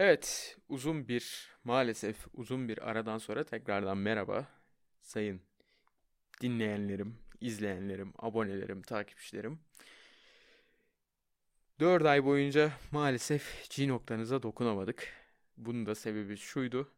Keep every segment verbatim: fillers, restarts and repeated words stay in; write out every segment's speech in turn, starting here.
Evet, uzun bir, maalesef uzun bir aradan sonra tekrardan merhaba sayın dinleyenlerim, izleyenlerim, abonelerim, takipçilerim. Dört ay boyunca maalesef G noktanıza dokunamadık. Bunun da sebebi şuydu.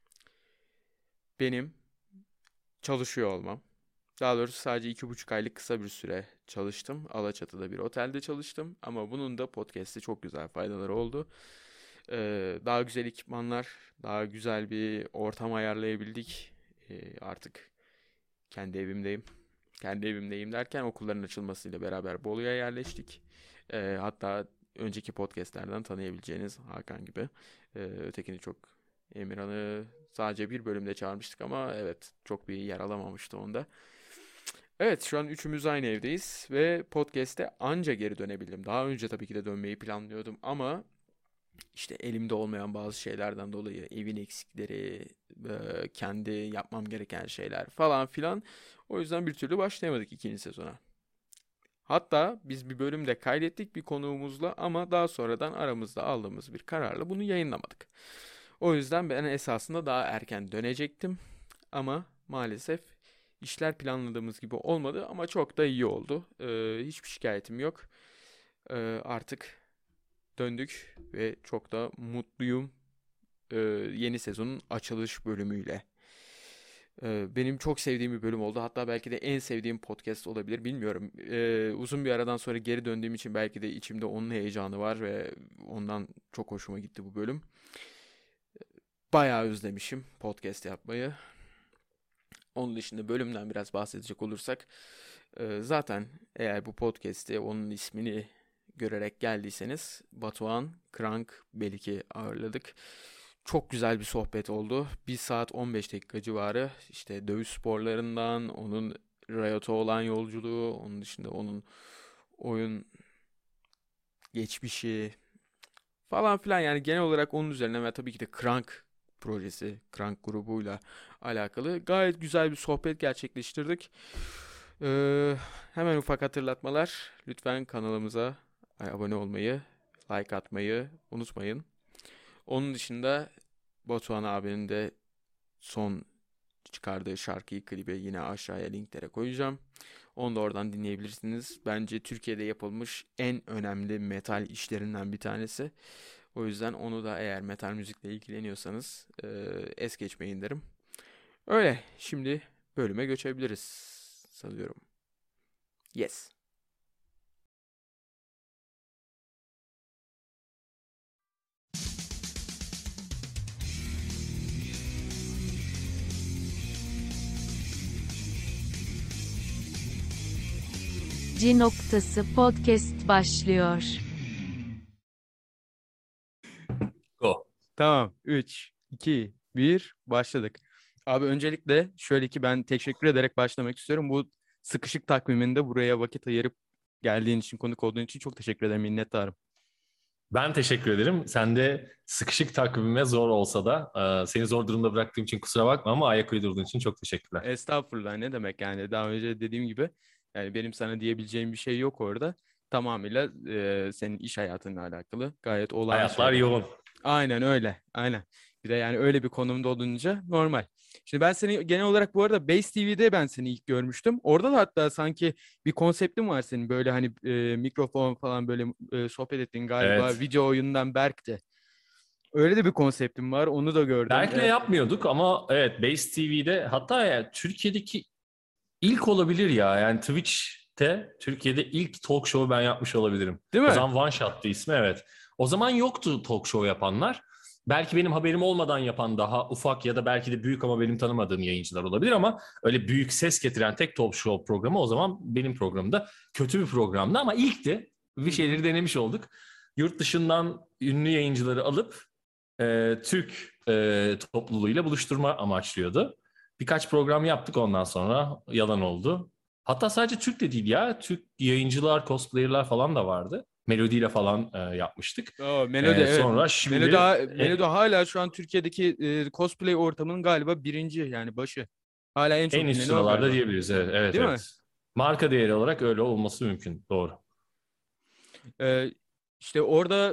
Benim çalışıyor olmam. Daha doğrusu sadece iki buçuk aylık kısa bir süre çalıştım. Alaçatı'da bir otelde çalıştım. Ama bunun da podcast'te çok güzel faydaları oldu. Ee, daha güzel ekipmanlar, daha güzel bir ortam ayarlayabildik. Ee, artık kendi evimdeyim. Kendi evimdeyim derken okulların açılmasıyla beraber Bolu'ya yerleştik. Ee, hatta önceki podcastlerden tanıyabileceğiniz Hakan gibi. Ee, ötekini çok Emirhan'ı sadece bir bölümde çağırmıştık ama evet çok bir yer alamamıştı onda. Evet, şu an üçümüz aynı evdeyiz ve podcast'te anca geri dönebildim. Daha önce tabii ki de dönmeyi planlıyordum ama işte elimde olmayan bazı şeylerden dolayı evin eksikleri, e, kendi yapmam gereken şeyler falan filan. O yüzden bir türlü başlayamadık ikinci sezona. Hatta biz bir bölümde kaydettik bir konuğumuzla ama daha sonradan aramızda aldığımız bir kararla bunu yayınlamadık. O yüzden ben esasında daha erken dönecektim ama maalesef işler planladığımız gibi olmadı ama çok da iyi oldu. Ee, hiçbir şikayetim yok. Ee, artık döndük ve çok da mutluyum e, yeni sezonun açılış bölümüyle. E, benim çok sevdiğim bir bölüm oldu. Hatta belki de en sevdiğim podcast olabilir. Bilmiyorum. E, uzun bir aradan sonra geri döndüğüm için belki de içimde onun heyecanı var ve ondan çok hoşuma gitti bu bölüm. Bayağı özlemişim podcast yapmayı. Onun dışında bölümden biraz bahsedecek olursak e, zaten eğer bu podcast'te onun ismini görerek geldiyseniz Batuhan Krank Belik'i ağırladık. Çok güzel bir sohbet oldu. Bir saat on beş dakika civarı işte dövüş sporlarından, onun Riot'a olan yolculuğu, onun dışında onun oyun geçmişi falan filan yani genel olarak onun üzerine ve tabii ki de Crank projesi, Crank grubuyla alakalı gayet güzel bir sohbet gerçekleştirdik. Ee, hemen ufak hatırlatmalar. Lütfen kanalımıza abone olmayı, like atmayı unutmayın. Onun dışında Batuhan abinin de son çıkardığı şarkıyı, klibi yine aşağıya linklere koyacağım. Onu da oradan dinleyebilirsiniz. Bence Türkiye'de yapılmış en önemli metal işlerinden bir tanesi. O yüzden onu da eğer metal müzikle ilgileniyorsanız e, es geçmeyin derim. Öyle. Şimdi bölüme geçebiliriz sanıyorum. Yes. G noktası podcast başlıyor. Go. Tamam. üç, iki, bir başladık. Abi öncelikle şöyle ki ben teşekkür ederek başlamak istiyorum. Bu sıkışık takviminde buraya vakit ayırıp geldiğin için, konuk olduğun için çok teşekkür ederim. Minnettarım. Ben teşekkür ederim. Sen de sıkışık takvimime zor olsa da e, seni zor durumda bıraktığım için kusura bakma ama ayak uydurduğun için çok teşekkürler. Estağfurullah, ne demek yani, daha önce dediğim gibi yani benim sana diyebileceğim bir şey yok orada. Tamamıyla e, senin iş hayatınla alakalı gayet olağan Hayatlar şeyler. yoğun. Aynen öyle. Aynen. Bir de yani öyle bir konumda olunca normal. Şimdi ben seni genel olarak bu arada Base T V'de ben seni ilk görmüştüm. Orada da hatta sanki bir konseptin var senin, böyle hani e, mikrofon falan böyle e, sohbet ettiğin galiba Evet. video oyundan Berk'ti. Öyle de bir konseptim var. Onu da gördüm. Berk'le E, yapmıyorduk ama evet Base T V'de hatta ya, Türkiye'deki ilk olabilir ya. Yani Twitch'te Türkiye'de ilk talk show'u ben yapmış olabilirim. değil O mi? zaman One Shot'tı ismi, evet. O zaman yoktu talk show yapanlar. Belki benim haberim olmadan yapan daha ufak ya da belki de büyük ama benim tanımadığım yayıncılar olabilir ama öyle büyük ses getiren tek talk show programı o zaman benim programda. Kötü bir programdı ama ilkti. Bir şeyleri denemiş olduk. Yurt dışından ünlü yayıncıları alıp e, Türk e, topluluğuyla buluşturma amaçlıyordu. Birkaç program yaptık, ondan sonra yalan oldu. Hatta sadece Türk de değil ya. Türk yayıncılar, cosplayer'lar falan da vardı. Melodiyle falan e, yapmıştık. Oo, Melodi, E, evet. sonra Melodi, şimdi ha- e, Melodi hala şu an Türkiye'deki e, cosplay ortamının galiba birinci, yani başı. Hala en en çok üst bileni o sıralarda galiba. diyebiliriz. Evet, evet, Değil mi? evet. Marka değeri olarak öyle olması mümkün. Doğru. Ee, işte orada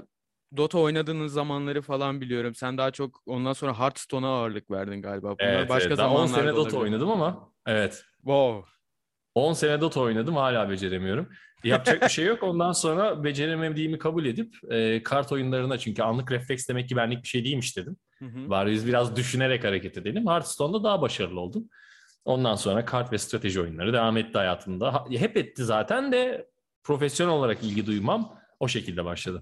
Dota oynadığınız zamanları falan biliyorum. Sen daha çok ondan sonra Hearthstone'a ağırlık verdin galiba. Bunlar Evet, başka evet. Daha on sene zamanlarda Dota olabilir. oynadım ama evet. Wow. on sene Dota oynadım, hala beceremiyorum. Yapacak bir şey yok. Ondan sonra beceremediğimi kabul edip e, kart oyunlarına, çünkü anlık refleks demek ki benlik bir şey değilmiş dedim. Hı hı. Bari biz biraz düşünerek hareket edelim. Hearthstone'da daha başarılı oldum. Ondan sonra kart ve strateji oyunları devam etti hayatımda. Ha- Hep etti zaten de profesyonel olarak ilgi duymam o şekilde başladı.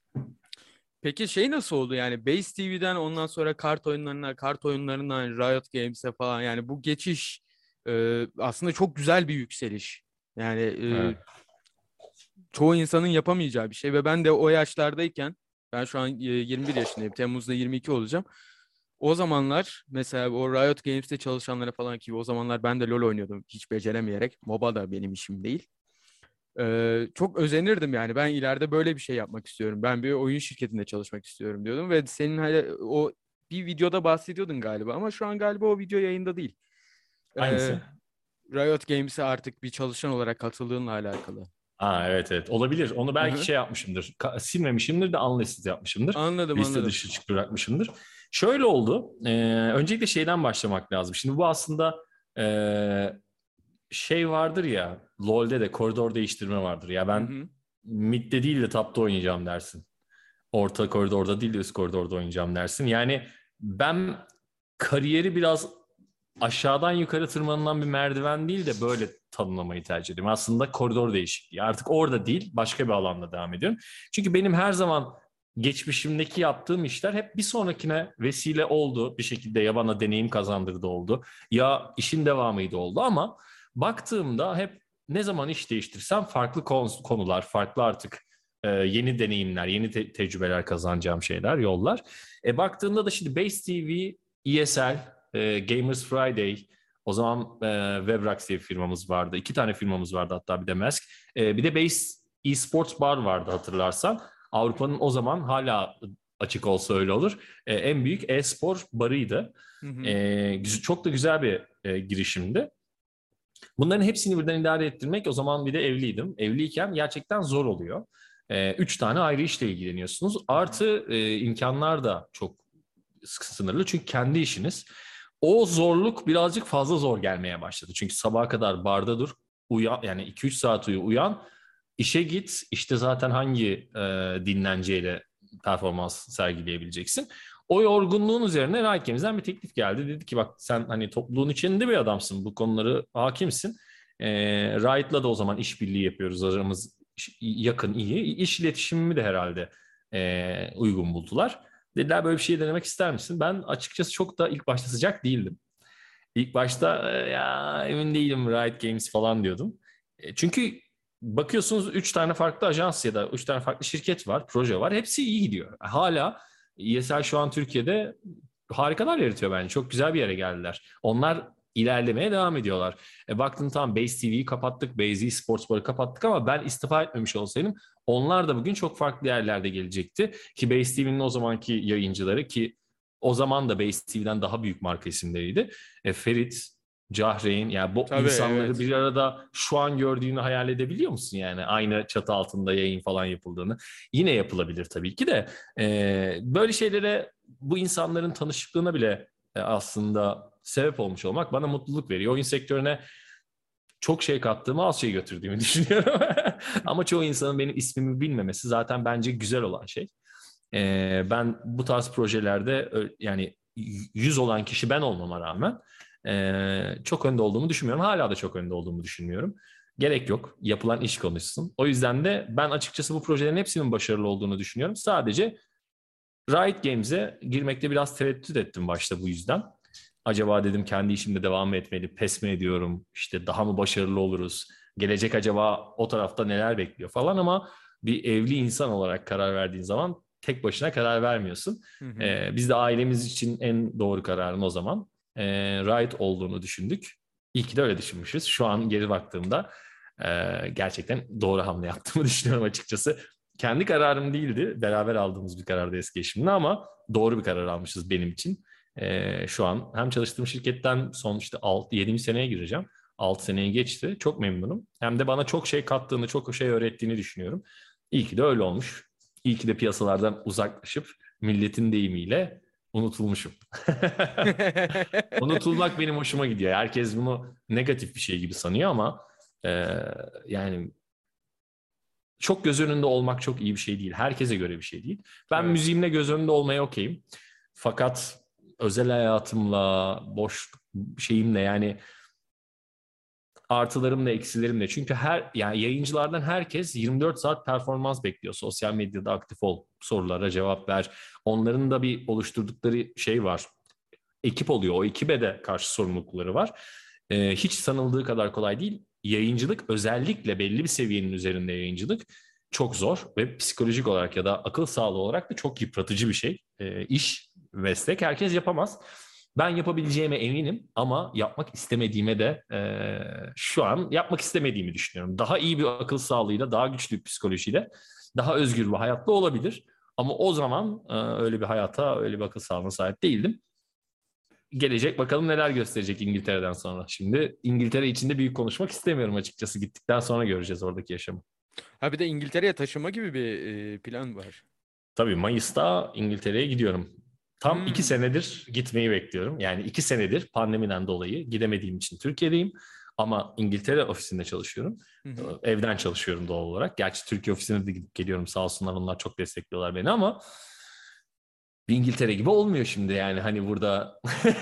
Peki şey nasıl oldu yani Base T V'den ondan sonra kart oyunlarına, kart oyunlarından Riot Games'e falan yani bu geçiş e, aslında çok güzel bir yükseliş. Yani e, Evet. çoğu insanın yapamayacağı bir şey ve ben de o yaşlardayken ben şu an e, yirmi bir yaşındayım. Temmuz'da yirmi iki olacağım. O zamanlar mesela o Riot Games'te çalışanlara falan ki o zamanlar ben de LoL oynuyordum hiç beceremeyerek. MOBA da benim işim değil. Ee, çok özenirdim yani ben ileride böyle bir şey yapmak istiyorum. Ben bir oyun şirketinde çalışmak istiyorum diyordum ve senin hani o bir videoda bahsediyordun galiba ama şu an galiba o video yayında değil. Ee, Hangisi? Riot Games'e artık bir çalışan olarak katıldığınla alakalı. Aa, evet evet, olabilir. Onu Hı belki hı. şey yapmışımdır. Ka- silmemişimdir de unlisted yapmışımdır. Anladım Liste anladım. dışı çık bırakmışımdır. Şöyle oldu. E, öncelikle şeyden başlamak lazım. Şimdi bu aslında e, şey vardır ya, LoL'de de koridor değiştirme vardır. Ya Hı ben hı. midde değil de top'ta oynayacağım dersin. Orta koridorda değil de üst koridorda oynayacağım dersin. Yani ben kariyeri biraz aşağıdan yukarı tırmanılan bir merdiven değil de böyle tanımlamayı tercih ediyorum. Aslında koridor değişikliği. Artık orada değil, başka bir alanda devam ediyorum. Çünkü benim her zaman geçmişimdeki yaptığım işler hep bir sonrakine vesile oldu. Bir şekilde ya bana deneyim kazandırdı oldu. Ya işin devamıydı oldu ama baktığımda hep ne zaman iş değiştirsem farklı konular, farklı artık e, yeni deneyimler, yeni te- tecrübeler kazanacağım şeyler, yollar. E baktığımda da şimdi Base T V, E S L, e, Gamers Friday, o zaman e, Webrax diye bir firmamız vardı. İki tane firmamız vardı hatta, bir de Mask. E, bir de Base Esports Bar vardı hatırlarsan. Avrupa'nın o zaman, hala açık olsa öyle olur, e, en büyük e-spor barıydı. Hı hı. E, çok da güzel bir e, girişimdi. Bunların hepsini birden idare ettirmek, o zaman bir de evliydim. Evliyken gerçekten zor oluyor. E, üç tane ayrı işle ilgileniyorsunuz. Artı e, imkanlar da çok sınırlı. Çünkü kendi işiniz. O zorluk birazcık fazla zor gelmeye başladı. Çünkü sabaha kadar barda dur, uyan, yani iki üç saat uyu, uyan, işe git. İşte zaten hangi e, dinlenceyle performans sergileyebileceksin. O yorgunluğun üzerine Raikemiz'den bir teklif geldi. Dedi ki bak, sen hani topluluğun içinde bir adamsın, bu konuları hakimsin. E, Riot'la da o zaman işbirliği yapıyoruz. Aramız yakın, iyi. İş iletişimimi de herhalde e, uygun buldular. Dediler böyle bir şey denemek ister misin? Ben açıkçası çok da ilk başta sıcak değildim. İlk başta "E, ya emin değilim Riot Games falan" diyordum. E, Çünkü bakıyorsunuz üç tane farklı ajans ya da üç tane farklı şirket var, proje var. Hepsi iyi gidiyor. Hala E S L şu an Türkiye'de harikalar yaratıyor bence. Çok güzel bir yere geldiler. Onlar ilerlemeye devam ediyorlar. E baktın, tamam, Base T V'yi kapattık, Base Sports Bar'ı kapattık ama ben istifa etmemiş olsaydım onlar da bugün çok farklı yerlerde gelecekti. Ki Base T V'nin o zamanki yayıncıları, ki o zaman da Base T V'den daha büyük marka isimleriydi. E, Ferit, Cahreyn, yani bu Tabii insanları evet. bir arada şu an gördüğünü hayal edebiliyor musun yani? Aynı çatı altında yayın falan yapıldığını. Yine yapılabilir tabii ki de. E, böyle şeylere, bu insanların tanışıklığına bile e, aslında sebep olmuş olmak bana mutluluk veriyor. Oyun sektörüne çok şey kattığımı, az şey götürdüğümü düşünüyorum. Ama çoğu insanın benim ismimi bilmemesi zaten bence güzel olan şey. Ee, ben bu tarz projelerde yani yüz olan kişi ben olmama rağmen e, çok önde olduğumu düşünmüyorum. Hala da çok önde olduğumu düşünmüyorum. Gerek yok. Yapılan iş konuşsun. O yüzden de ben açıkçası bu projelerin hepsinin başarılı olduğunu düşünüyorum. Sadece Riot Games'e girmekte biraz tereddüt ettim başta bu yüzden. Acaba dedim, kendi işimde devam mı etmeli, pes mi ediyorum, işte daha mı başarılı oluruz, gelecek acaba o tarafta neler bekliyor falan, ama bir evli insan olarak karar verdiğin zaman tek başına karar vermiyorsun. Hı hı. Ee, biz de ailemiz için en doğru kararın o zaman e, Riot olduğunu düşündük. İyi ki de öyle düşünmüşüz. Şu an geri baktığımda e, gerçekten doğru hamle yaptığımı düşünüyorum açıkçası. Kendi kararım değildi. Beraber aldığımız bir karardı eski eşimle, ama doğru bir karar almışız benim için. Ee, şu an hem çalıştığım şirketten son işte altı yedinci seneye gireceğim. altı seneye geçti. Çok memnunum. Hem de bana çok şey kattığını, çok şey öğrettiğini düşünüyorum. İyi ki de öyle olmuş. İyi ki de piyasalardan uzaklaşıp milletin deyimiyle unutulmuşum. Unutulmak benim hoşuma gidiyor. Herkes bunu negatif bir şey gibi sanıyor ama e, yani çok göz önünde olmak çok iyi bir şey değil. Herkese göre bir şey değil. Ben Evet. müziğimle göz önünde olmaya okeyim. Fakat özel hayatımla, boş şeyimle yani artılarımla, eksilerimle. Çünkü her yani yayıncılardan herkes yirmi dört saat performans bekliyor. Sosyal medyada aktif ol, sorulara cevap ver. Onların da bir oluşturdukları şey var. Ekip oluyor. O ekibe de karşı sorumlulukları var. Ee, hiç sanıldığı kadar kolay değil. Yayıncılık, özellikle belli bir seviyenin üzerinde yayıncılık çok zor ve psikolojik olarak ya da akıl sağlığı olarak da çok yıpratıcı bir şey. Ee, iş, meslek herkes yapamaz. Ben yapabileceğime eminim ama yapmak istemediğime de e, şu an yapmak istemediğimi düşünüyorum. Daha iyi bir akıl sağlığıyla, daha güçlü bir psikolojiyle, daha özgür bir hayatla olabilir. Ama o zaman e, öyle bir hayata, öyle bir akıl sağlığına sahip değildim. Gelecek bakalım neler gösterecek İngiltere'den sonra. Şimdi İngiltere içinde büyük konuşmak istemiyorum açıkçası. Gittikten sonra göreceğiz oradaki yaşamı. Ha bir de İngiltere'ye taşınma gibi bir e, plan var. Tabii Mayıs'ta İngiltere'ye gidiyorum. Tam iki Hmm. senedir gitmeyi bekliyorum. Yani iki senedir pandemiden dolayı gidemediğim için Türkiye'deyim. Ama İngiltere ofisinde çalışıyorum. Hı hı. Evden çalışıyorum doğal olarak. Gerçi Türkiye ofisine de gidip geliyorum. Sağ olsunlar, onlar çok destekliyorlar beni ama bir İngiltere gibi olmuyor şimdi yani hani burada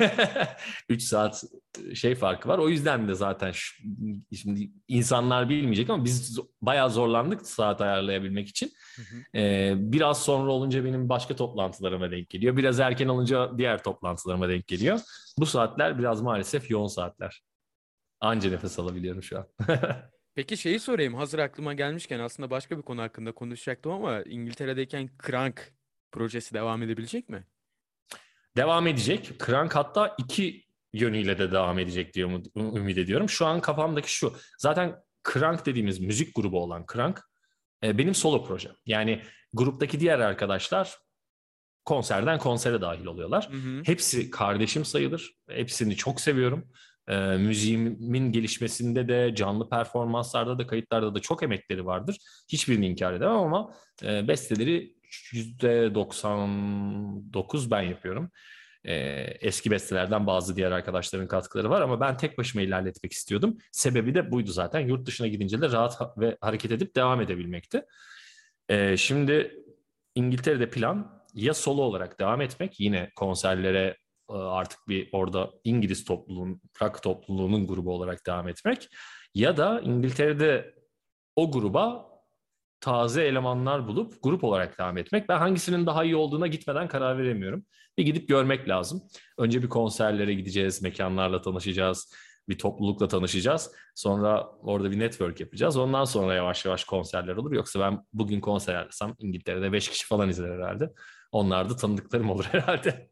üç saat şey farkı var. O yüzden de zaten şu, şimdi insanlar bilmeyecek ama biz bayağı zorlandık saat ayarlayabilmek için. Hı hı. Ee, biraz sonra olunca benim başka toplantılarıma denk geliyor. Biraz erken olunca diğer toplantılarıma denk geliyor. Bu saatler biraz maalesef yoğun saatler. Anca nefes alabiliyorum şu an. Peki şeyi sorayım. Hazır aklıma gelmişken aslında başka bir konu hakkında konuşacaktım ama İngiltere'deyken Crank projesi devam edebilecek mi? Devam edecek. Crank hatta iki yönüyle de devam edecek diye umut- ümit ediyorum. Şu an kafamdaki şu. Zaten Crank dediğimiz müzik grubu olan Crank e, benim solo projem. Yani gruptaki diğer arkadaşlar konserden konsere dahil oluyorlar. Hı hı. Hepsi kardeşim sayılır. Hepsini çok seviyorum. E, müziğimin gelişmesinde de, canlı performanslarda da, kayıtlarda da çok emekleri vardır. Hiçbirini inkar edemem ama e, besteleri yüzde doksan dokuz ben yapıyorum. E, eski bestelerden bazı diğer arkadaşların katkıları var ama ben tek başıma ilerletmek istiyordum. Sebebi de buydu zaten. Yurt dışına gidince de rahat ha- ve hareket edip devam edebilmekti. E, şimdi İngiltere'de plan ya solo olarak devam etmek, yine konserlere e, artık bir orada İngiliz topluluğun, rock topluluğunun grubu olarak devam etmek ya da İngiltere'de o gruba taze elemanlar bulup grup olarak devam etmek. Ben hangisinin daha iyi olduğuna gitmeden karar veremiyorum. Bir gidip görmek lazım. Önce bir konserlere gideceğiz, mekanlarla tanışacağız, bir toplulukla tanışacağız. Sonra orada bir network yapacağız. Ondan sonra yavaş yavaş konserler olur. Yoksa ben bugün konser yapsam İngiltere'de beş kişi falan izler herhalde. Onlar da tanıdıklarım olur herhalde.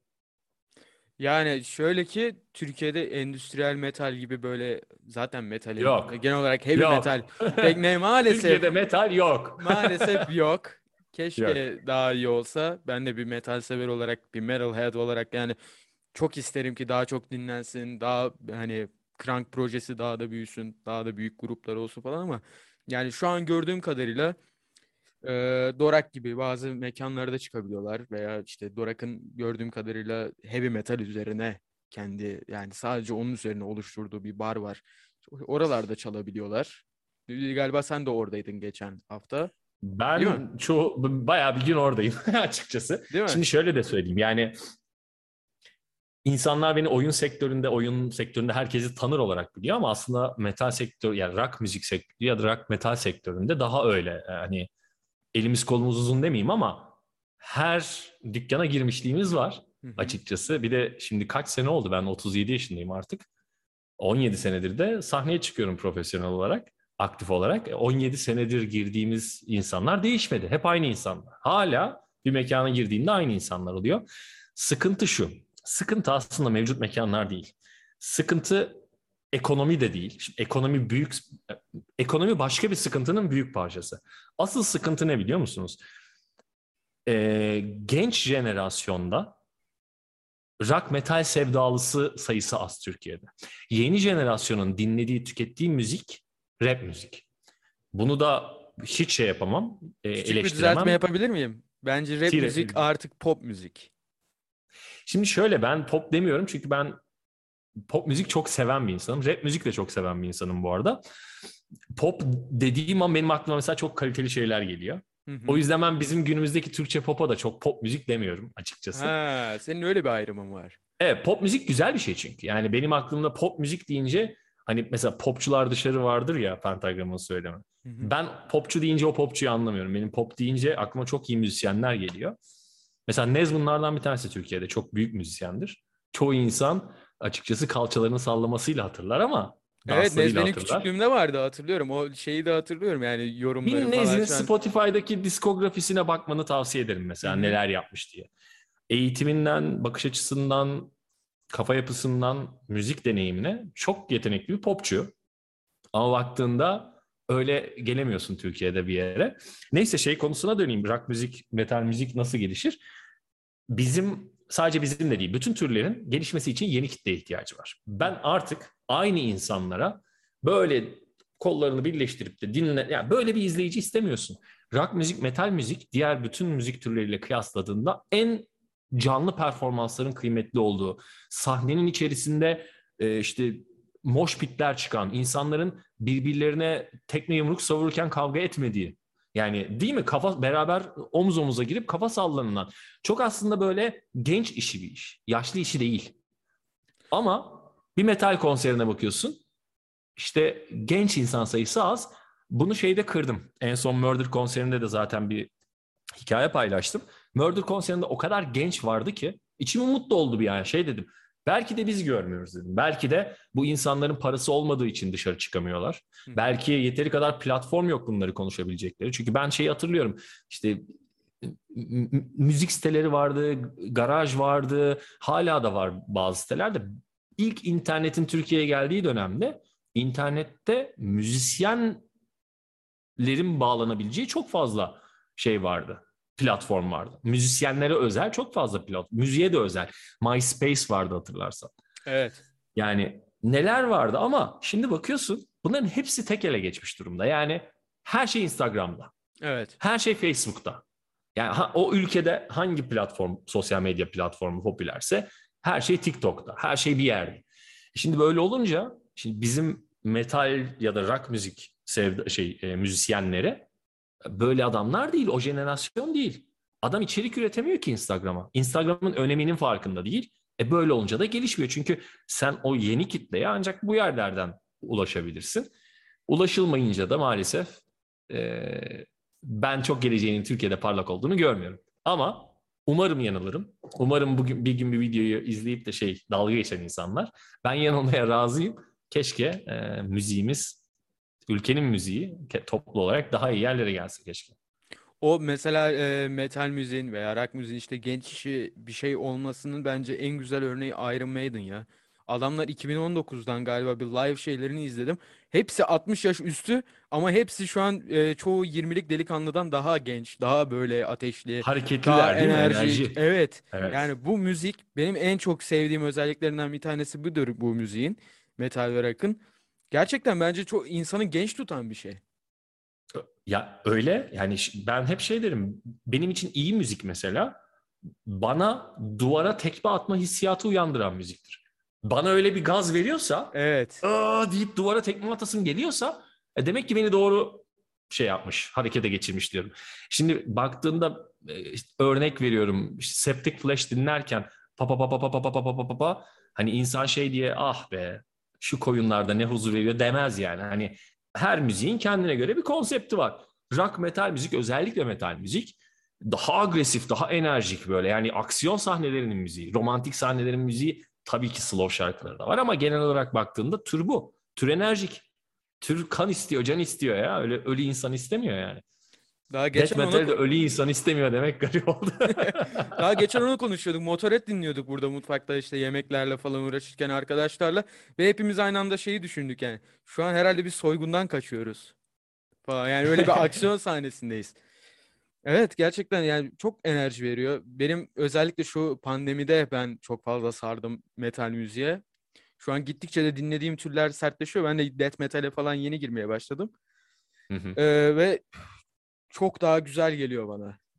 Yani şöyle ki Türkiye'de endüstriyel metal gibi böyle zaten metalin Yok. genel olarak heavy metal Yok. pek ne maalesef Türkiye'de metal yok. maalesef yok. Yok. Keşke daha iyi olsa. Ben de bir metal sever olarak bir metalhead olarak yani çok isterim ki daha çok dinlensin. Daha hani Crank projesi daha da büyüsün. Daha da büyük gruplar olsun falan ama yani şu an gördüğüm kadarıyla e, Dorak gibi bazı mekanlarda çıkabiliyorlar veya işte Dorak'ın gördüğüm kadarıyla heavy metal üzerine kendi yani sadece onun üzerine oluşturduğu bir bar var. Oralarda çalabiliyorlar. Galiba sen de oradaydın geçen hafta, değil mi? Ben çoğu bayağı bir gün oradayım açıkçası. Değil mi? Şimdi şöyle de söyleyeyim. Yani İnsanlar beni oyun sektöründe, oyun sektöründe herkesi tanır olarak biliyor ama aslında metal sektörü, yani rock müzik sektörü ya da rock metal sektöründe daha öyle. Yani elimiz kolumuz uzun demeyeyim ama her dükkana girmişliğimiz var Hı hı. açıkçası. Bir de şimdi kaç sene oldu, ben otuz yedi yaşındayım artık. on yedi senedir de sahneye çıkıyorum profesyonel olarak, aktif olarak. on yedi senedir girdiğimiz insanlar değişmedi. Hep aynı insanlar. Hala bir mekana girdiğinde aynı insanlar oluyor. Sıkıntı şu. Sıkıntı aslında mevcut mekanlar değil. Sıkıntı ekonomi de değil. Şimdi ekonomi büyük, ekonomi başka bir sıkıntının büyük parçası. Asıl sıkıntı ne biliyor musunuz? Ee, genç jenerasyonda rock metal sevdalısı sayısı az Türkiye'de. Yeni jenerasyonun dinlediği, tükettiği müzik rap müzik. Bunu da hiç şey yapamam, e, Küçük bir düzeltme eleştiremem. yapabilir miyim? Bence rap T-rap müzik bilmiyorum. artık pop müzik. Şimdi şöyle, ben pop demiyorum çünkü ben pop müzik çok seven bir insanım. Rap müzik de çok seven bir insanım bu arada. Pop dediğim an benim aklıma mesela çok kaliteli şeyler geliyor. Hı O hı. yüzden ben bizim günümüzdeki Türkçe pop'a da çok pop müzik demiyorum açıkçası. Ha, senin öyle bir ayrımın var. Evet, pop müzik güzel bir şey çünkü. Yani benim aklımda pop müzik deyince hani mesela popçular dışarı vardır ya, Pentagram'ın söyleme. Hı hı. Ben popçu deyince o popçuyu anlamıyorum. Benim pop deyince aklıma çok iyi müzisyenler geliyor. Mesela Nez bunlardan bir tanesi, Türkiye'de çok büyük müzisyendir. Çoğu insan açıkçası kalçalarını sallamasıyla hatırlar ama Evet, Nez danslarıyla benim hatırlar. küçüklüğümde vardı, hatırlıyorum. O şeyi de hatırlıyorum yani, Bir yorumları falan Nez'in şu an. Spotify'daki diskografisine bakmanı tavsiye ederim Hı mesela, hı. neler yapmış diye. Eğitiminden, bakış açısından, kafa yapısından, müzik deneyimine çok yetenekli bir popçu. Ama baktığında öyle gelemiyorsun Türkiye'de bir yere. Neyse, şey konusuna döneyim. Rock müzik, metal müzik nasıl gelişir? Bizim, sadece bizim de değil, bütün türlerin gelişmesi için yeni kitleye ihtiyacı var. Ben artık aynı insanlara böyle kollarını birleştirip de dinle, yani böyle bir izleyici istemiyorsun. Rock müzik, metal müzik diğer bütün müzik türleriyle kıyasladığında en canlı performansların kıymetli olduğu, sahnenin içerisinde e, işte mosh pitler çıkan, insanların birbirlerine tekme yumruk savururken kavga etmediği, yani değil mi? Kafa beraber omuz omuza girip kafa sallanılan. Çok aslında böyle genç işi bir iş. Yaşlı işi değil. Ama bir metal konserine bakıyorsun. İşte genç insan sayısı az. Bunu şeyde kırdım. En son Murder konserinde de zaten bir hikaye paylaştım. Murder konserinde o kadar genç vardı ki içim mutlu oldu bir, yani şey dedim. Belki de biz görmüyoruz dedim. Belki de bu insanların parası olmadığı için dışarı çıkamıyorlar. Hı hı. Belki yeteri kadar platform yok bunları konuşabilecekleri. Çünkü ben şeyi hatırlıyorum. İşte müzik siteleri vardı, garaj vardı, hala da var bazı sitelerde. İlk internetin Türkiye'ye geldiği dönemde internette müzisyenlerin bağlanabileceği çok fazla şey vardı. Platform vardı. Müzisyenlere özel çok fazla platform. Müziğe de özel. MySpace vardı, hatırlarsan. Evet. Yani neler vardı ama şimdi bakıyorsun bunların hepsi tek ele geçmiş durumda. Yani her şey Instagram'da. Evet. Her şey Facebook'ta. Yani ha, o ülkede hangi platform, sosyal medya platformu popülerse her şey TikTok'ta. Her şey bir yerde. Şimdi böyle olunca şimdi bizim metal ya da rock müzik sevdi, şey e, müzisyenleri böyle adamlar değil, o jenerasyon değil. Adam içerik üretemiyor ki Instagram'a. Instagram'ın öneminin farkında değil. E böyle olunca da gelişmiyor. Çünkü sen o yeni kitleye ancak bu yerlerden ulaşabilirsin. Ulaşılmayınca da maalesef e, ben çok geleceğinin Türkiye'de parlak olduğunu görmüyorum. Ama umarım yanılırım. Umarım bugün bir gün bir videoyu izleyip de şey dalga geçen insanlar. Ben yanılmaya razıyım. Keşke e, müziğimiz, ülkenin müziği toplu olarak daha iyi yerlere gelse keşke. O mesela e, metal müziğin veya rock müziğin işte genç işi bir şey olmasının bence en güzel örneği Iron Maiden ya. Adamlar iki bin on dokuzdan galiba bir live şeylerini izledim. Hepsi altmış yaş üstü ama hepsi şu an e, çoğu yirmilik delikanlıdan daha genç, daha böyle ateşli, daha Hareketliler değil mi? enerjik. Enerji. Evet. Evet. Yani bu müzik benim en çok sevdiğim özelliklerinden bir tanesi budur bu müziğin. Metal ve rock'ın. Gerçekten bence çok insanı genç tutan bir şey. Ya öyle, yani ben hep şey derim, benim için iyi müzik mesela bana duvara tekme atma hissiyatı uyandıran müziktir. Bana öyle bir gaz veriyorsa, Evet. aa deyip duvara tekme atasım geliyorsa e demek ki beni doğru şey yapmış, harekete geçirmiş diyorum. Şimdi baktığında e, işte örnek veriyorum, işte Septic Flesh dinlerken pa pa pa pa pa pa pa pa pa pa pa pa, hani insan şey diye ah be şu koyunlarda ne huzur veriyor demez yani. Hani her müziğin kendine göre bir konsepti var. Rock, metal müzik, özellikle metal müzik daha agresif, daha enerjik böyle. Yani aksiyon sahnelerinin müziği, romantik sahnelerin müziği, tabii ki slow şarkıları da var ama genel olarak baktığında tür bu. Tür enerjik. Tür kan istiyor, can istiyor ya. Öyle ölü insan istemiyor yani. Daha Death geçen onu metal de ölü insan istemiyor demek garip oldu. Daha geçen onu konuşuyorduk. Motorhead dinliyorduk burada mutfakta işte yemeklerle falan uğraşırken arkadaşlarla ve hepimiz aynı anda şeyi düşündük yani. Şu an herhalde bir soygundan kaçıyoruz falan. Yani öyle bir aksiyon sahnesindeyiz. Evet, gerçekten yani çok enerji veriyor. Benim özellikle şu pandemide ben çok fazla sardım metal müziğe. Şu an gittikçe de dinlediğim türler sertleşiyor. Ben de death metal'e falan yeni girmeye başladım. Hı hı. Ee, ve çok daha güzel geliyor bana.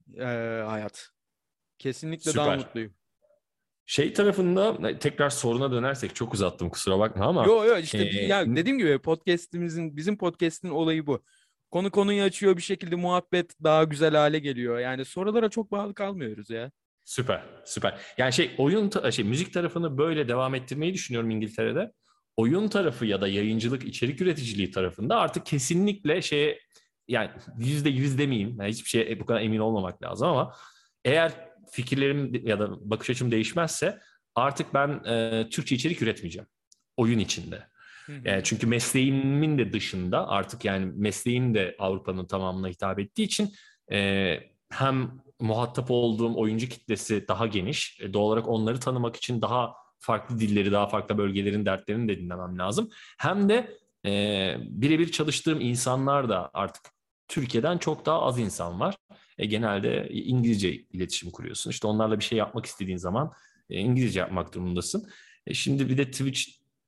e, hayat. Kesinlikle daha Süper. mutluyum. Şey tarafında tekrar soruna dönersek çok uzattım kusura bakma ama Yo yo işte bir, e, ya dediğim gibi podcast'imizin bizim podcast'in olayı bu. Konu konuyu açıyor bir şekilde muhabbet daha güzel hale geliyor. Yani sorulara çok bağlı kalmıyoruz ya. süper süper. Yani şey oyun ta- şey müzik tarafını böyle devam ettirmeyi düşünüyorum İngiltere'de. Oyun tarafı ya da yayıncılık, içerik üreticiliği tarafında artık kesinlikle şeye yani yüzde yüz demeyeyim. Yani hiçbir şeye bu kadar emin olmamak lazım ama eğer fikirlerim ya da bakış açım değişmezse artık ben e, Türkçe içerik üretmeyeceğim oyun içinde. Hı Yani hı. çünkü mesleğimin de dışında artık yani mesleğim de Avrupa'nın tamamına hitap ettiği için e, hem muhatap olduğum oyuncu kitlesi daha geniş. E, doğal olarak onları tanımak için daha farklı dilleri, daha farklı bölgelerin dertlerini de dinlemem lazım. Hem de e, birebir çalıştığım insanlar da artık Türkiye'den çok daha az insan var. E, genelde İngilizce iletişim kuruyorsun. İşte onlarla bir şey yapmak istediğin zaman e, İngilizce yapmak durumundasın. E, şimdi bir de Twitch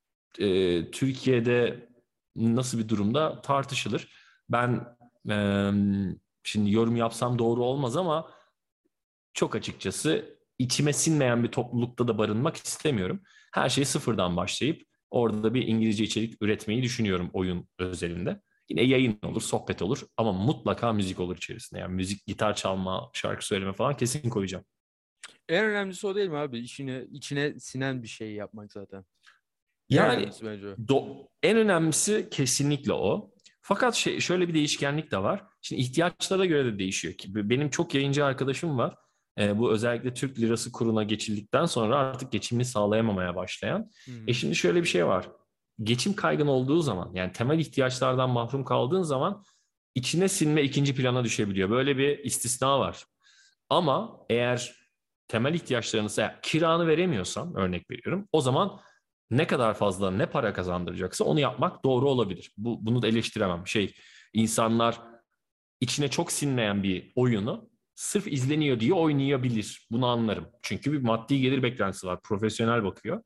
e, Türkiye'de nasıl bir durumda tartışılır. Ben e, şimdi yorum yapsam doğru olmaz ama çok açıkçası içime sinmeyen bir toplulukta da barınmak istemiyorum. Her şeyi sıfırdan başlayıp orada bir İngilizce içerik üretmeyi düşünüyorum oyun özelinde. Yine yayın olur, sohbet olur ama mutlaka müzik olur içerisinde. Yani müzik, gitar çalma, şarkı söyleme falan kesin koyacağım. En önemlisi o değil mi abi? İçine, içine sinen bir şey yapmak zaten. En Yani önemlisi bence o. do- en önemlisi kesinlikle o. Fakat şey, şöyle bir değişkenlik de var. Şimdi ihtiyaçlara göre de değişiyor ki. Benim çok yayıncı arkadaşım var. Ee, bu özellikle Türk lirası kuruna geçildikten sonra artık geçimini sağlayamamaya başlayan. Hı E hı. şimdi şöyle bir şey var. Geçim kaygın olduğu zaman yani temel ihtiyaçlardan mahrum kaldığın zaman içine sinme ikinci plana düşebiliyor. Böyle bir istisna var. Ama eğer temel ihtiyaçlarını eğer kiranı veremiyorsan örnek veriyorum. O zaman ne kadar fazla ne para kazandıracaksa onu yapmak doğru olabilir. Bu, bunu da eleştiremem. Şey insanlar içine çok sinmeyen bir oyunu sırf izleniyor diye oynayabilir. Bunu anlarım. Çünkü bir maddi gelir beklentisi var. Profesyonel bakıyor.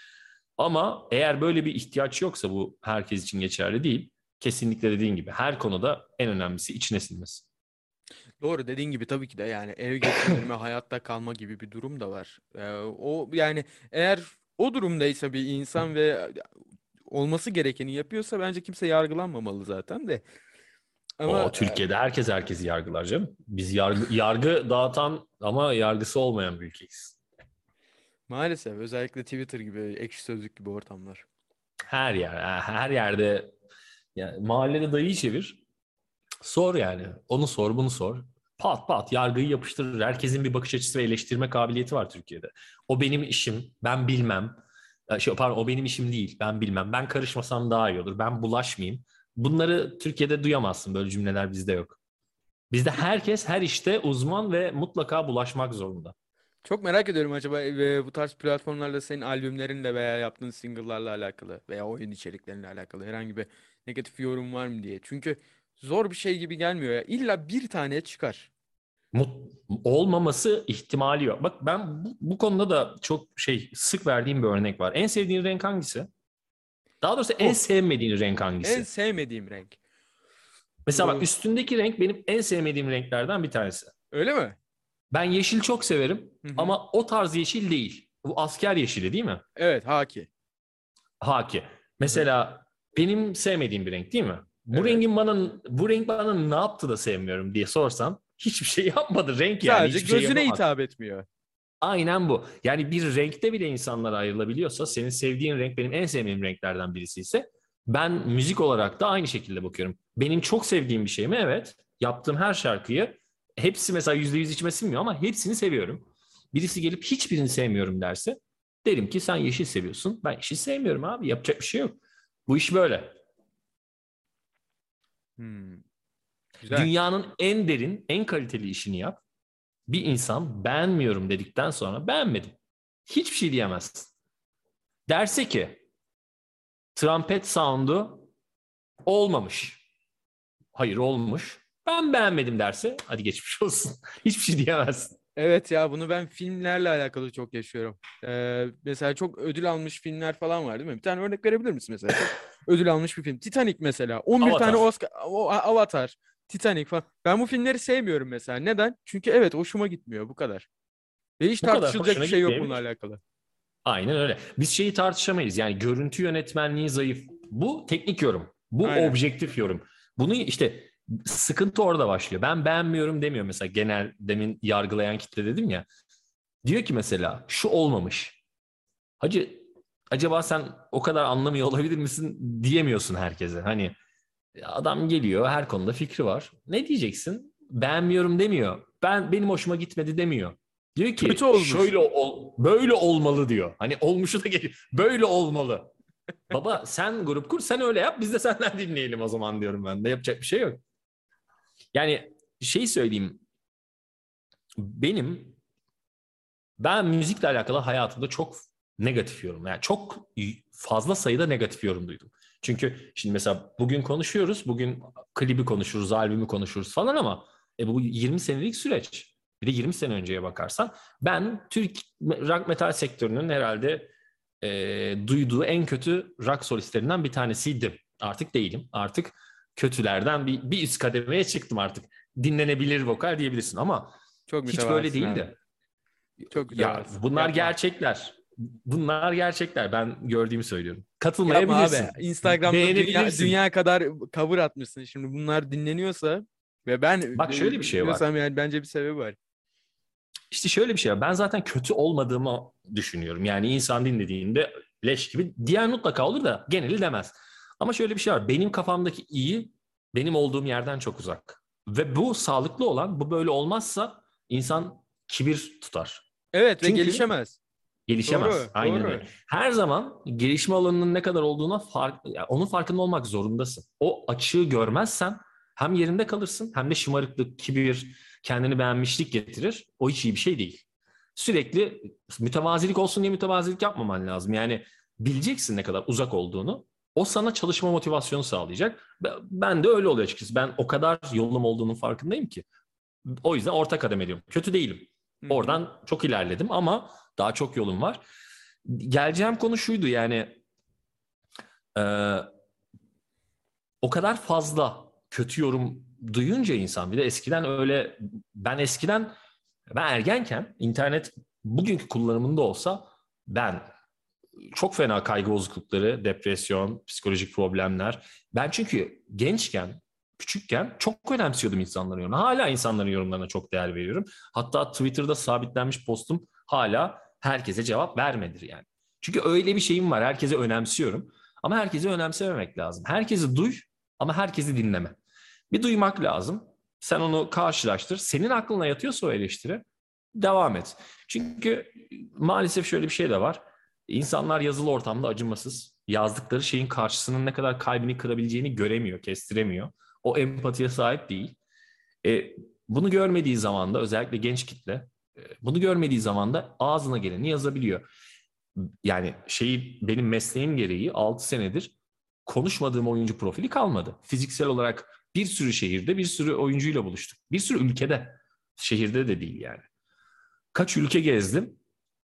Ama eğer böyle bir ihtiyaç yoksa bu herkes için geçerli değil. Kesinlikle dediğin gibi her konuda en önemlisi içine sinmesi. Doğru dediğin gibi tabii ki de yani ev geçindirme, hayatta kalma gibi bir durum da var. Ee, o yani eğer o durumdaysa bir insan ve olması gerekeni yapıyorsa bence kimse yargılanmamalı zaten de. Ama O Türkiye'de herkes herkesi yargılar canım. Biz yargı, yargı dağıtan ama yargısı olmayan bir ülkeyiz. maalesef özellikle Twitter gibi, Ekşi Sözlük gibi ortamlar. Her yer, her yerde yani mahallede dayıyı çevir. Sor yani. Onu sor, bunu sor. Pat pat yargıyı yapıştırır. Herkesin bir bakış açısı ve eleştirme kabiliyeti var Türkiye'de. O benim işim, ben bilmem. Ya Şey, pardon, o benim işim değil, ben bilmem. Ben karışmasam daha iyi olur. Ben bulaşmayayım. Bunları Türkiye'de duyamazsın. Böyle cümleler bizde yok. Bizde herkes her işte uzman ve mutlaka bulaşmak zorunda. Çok merak ediyorum acaba e, bu tarz platformlarda senin albümlerinle veya yaptığın single'larla alakalı veya oyun içerikleriyle alakalı herhangi bir negatif yorum var mı diye. Çünkü zor bir şey gibi gelmiyor ya. İlla bir tane çıkar. Mut, olmaması ihtimali yok. Bak ben bu, bu konuda da çok şey sık verdiğim bir örnek var. En sevdiğin renk hangisi? Daha doğrusu en Oh, sevmediğin renk en hangisi? sevmediğim renk. Mesela bak Ee, üstündeki renk benim en sevmediğim renklerden bir tanesi. Öyle mi? Ben yeşil çok severim Hı hı. ama o tarz yeşil değil. Bu asker yeşili değil mi? Evet, haki. Haki. Hı hı. Mesela benim sevmediğim bir renk değil mi? Bu Evet. rengin bana bu renk bana ne yaptı da sevmiyorum diye sorsan hiçbir şey yapmadı. Renk yani Sadece hiçbir şey gözüne yapamaz. hitap etmiyor. Aynen bu. Yani bir renkte bile insanlar ayrılabiliyorsa senin sevdiğin renk benim en sevdiğim renklerden birisi ise ben müzik olarak da aynı şekilde bakıyorum. Benim çok sevdiğim bir şey mi? Evet. Yaptığım her şarkıyı hepsi mesela yüzde yüz içime sinmiyor ama hepsini seviyorum. Birisi gelip hiçbirini sevmiyorum derse derim ki sen yeşil seviyorsun. Ben yeşil sevmiyorum abi. Yapacak bir şey yok. Bu iş böyle. Hmm, güzel. Dünyanın en derin, en kaliteli işini yap. Bir insan beğenmiyorum dedikten sonra beğenmedim. Hiçbir şey diyemezsin. Derse ki trompet sound'u olmamış. Hayır olmuş. Ben beğenmedim derse hadi geçmiş olsun. Hiçbir şey diyemezsin. Evet ya bunu ben filmlerle alakalı çok yaşıyorum. Ee, mesela çok ödül almış filmler falan var değil mi? Bir tane örnek verebilir misin mesela? Çok ödül almış bir film. Titanic mesela. on bir tane Avatar. Oscar, o, Avatar. Titanic falan. Ben bu filmleri sevmiyorum mesela. Neden? Çünkü evet hoşuma gitmiyor bu kadar. Ve hiç Bu kadar tartışılacak hoşuna bir şey yok bununla gitmeyebilir. alakalı. Aynen öyle. Biz şeyi tartışamayız. Yani görüntü yönetmenliği zayıf. Bu teknik yorum. Bu Aynen. objektif yorum. Bunu işte sıkıntı orada başlıyor. Ben beğenmiyorum demiyor mesela, genel demin yargılayan kitle dedim ya. Diyor ki mesela şu olmamış. Hacı, acaba sen o kadar anlamıyor olabilir misin diyemiyorsun herkese. Hani adam geliyor, her konuda fikri var. Ne diyeceksin? Beğenmiyorum demiyor. Ben benim hoşuma gitmedi demiyor. Diyor Kötü ki olmuş. şöyle ol, böyle olmalı diyor. Hani olmuşu da geliyor. Böyle olmalı. Baba sen grup kur, sen öyle yap, biz de senden dinleyelim o zaman diyorum ben de. Yapacak bir şey yok. Yani şey söyleyeyim. Benim ben müzikle alakalı hayatımda çok negatif yorum. Yani çok fazla sayıda negatif yorum duydum. Çünkü şimdi mesela bugün konuşuyoruz. Bugün klibi konuşuruz, albümü konuşuruz falan ama e bu yirmi senelik süreç. Bir de yirmi sene önceye bakarsan ben Türk rock metal sektörünün herhalde e, duyduğu en kötü rock solistlerinden bir tanesiydim. Artık değilim. Artık kötülerden bir, bir üst kademeye çıktım artık. Dinlenebilir vokal diyebilirsin ama Çok hiç böyle mütevazısın değil abi. de. Çok Ya mütevazısın. bunlar Yapma. gerçekler. Bunlar gerçekler. Ben gördüğümü söylüyorum. Yapma abi. Katılmayabilirsin. Instagram'da dünya Beğenebilirsin. dünya kadar cover atmışsın. Şimdi bunlar dinleniyorsa ve ben Bak şöyle bir şey var. dinliyorsam yani bence bir sebebi var. İşte şöyle bir şey var. Ben zaten kötü olmadığımı düşünüyorum. Yani insan dinlediğinde leş gibi diyen mutlaka olur da geneli demez. Ama şöyle bir şey var. Benim kafamdaki iyi benim olduğum yerden çok uzak. Ve bu sağlıklı olan, bu böyle olmazsa insan kibir tutar. Evet ve Çünkü gelişemez. gelişemez. Doğru, Aynen doğru. öyle. Her zaman gelişme alanının ne kadar olduğuna fark, yani onun farkında olmak zorundasın. O açığı görmezsen hem yerinde kalırsın hem de şımarıklık, kibir, kendini beğenmişlik getirir. O hiç iyi bir şey değil. Sürekli mütevazilik olsun diye mütevazilik yapmaman lazım. Yani bileceksin ne kadar uzak olduğunu. O sana çalışma motivasyonu sağlayacak. Ben de öyle oluyor açıkçası. Ben o kadar yolum olduğunun farkındayım ki. O yüzden orta kademe diyorum. Kötü değilim. Hı hı. Oradan çok ilerledim ama daha çok yolum var. Geleceğim konu şuydu, yani e, o kadar fazla kötü yorum duyunca insan, bir de eskiden öyle, ben eskiden ben ergenken internet bugünkü kullanımında olsa ben çok fena kaygı bozuklukları, depresyon, psikolojik problemler. Ben çünkü gençken, küçükken çok önemsiyordum insanların yorumlarını. Hala insanların yorumlarına çok değer veriyorum. Hatta Twitter'da sabitlenmiş postum hala herkese cevap vermedir yani. Çünkü öyle bir şeyim var. Herkese önemsiyorum. Ama herkese önemsememek lazım. Herkesi duy ama herkesi dinleme. Bir duymak lazım. Sen onu karşılaştır. Senin aklına yatıyorsa o eleştiri, devam et. Çünkü maalesef şöyle bir şey de var. İnsanlar yazılı ortamda acımasız. Yazdıkları şeyin karşısının ne kadar kalbini kırabileceğini göremiyor, kestiremiyor. O empatiye sahip değil. E, bunu görmediği zaman da özellikle genç kitle, e, bunu görmediği zaman da ağzına geleni yazabiliyor. Yani şeyi, benim mesleğim gereği altı senedir konuşmadığım oyuncu profili kalmadı. Fiziksel olarak bir sürü şehirde bir sürü oyuncuyla buluştuk. Bir sürü ülkede, şehirde de değil yani. Kaç ülke gezdim.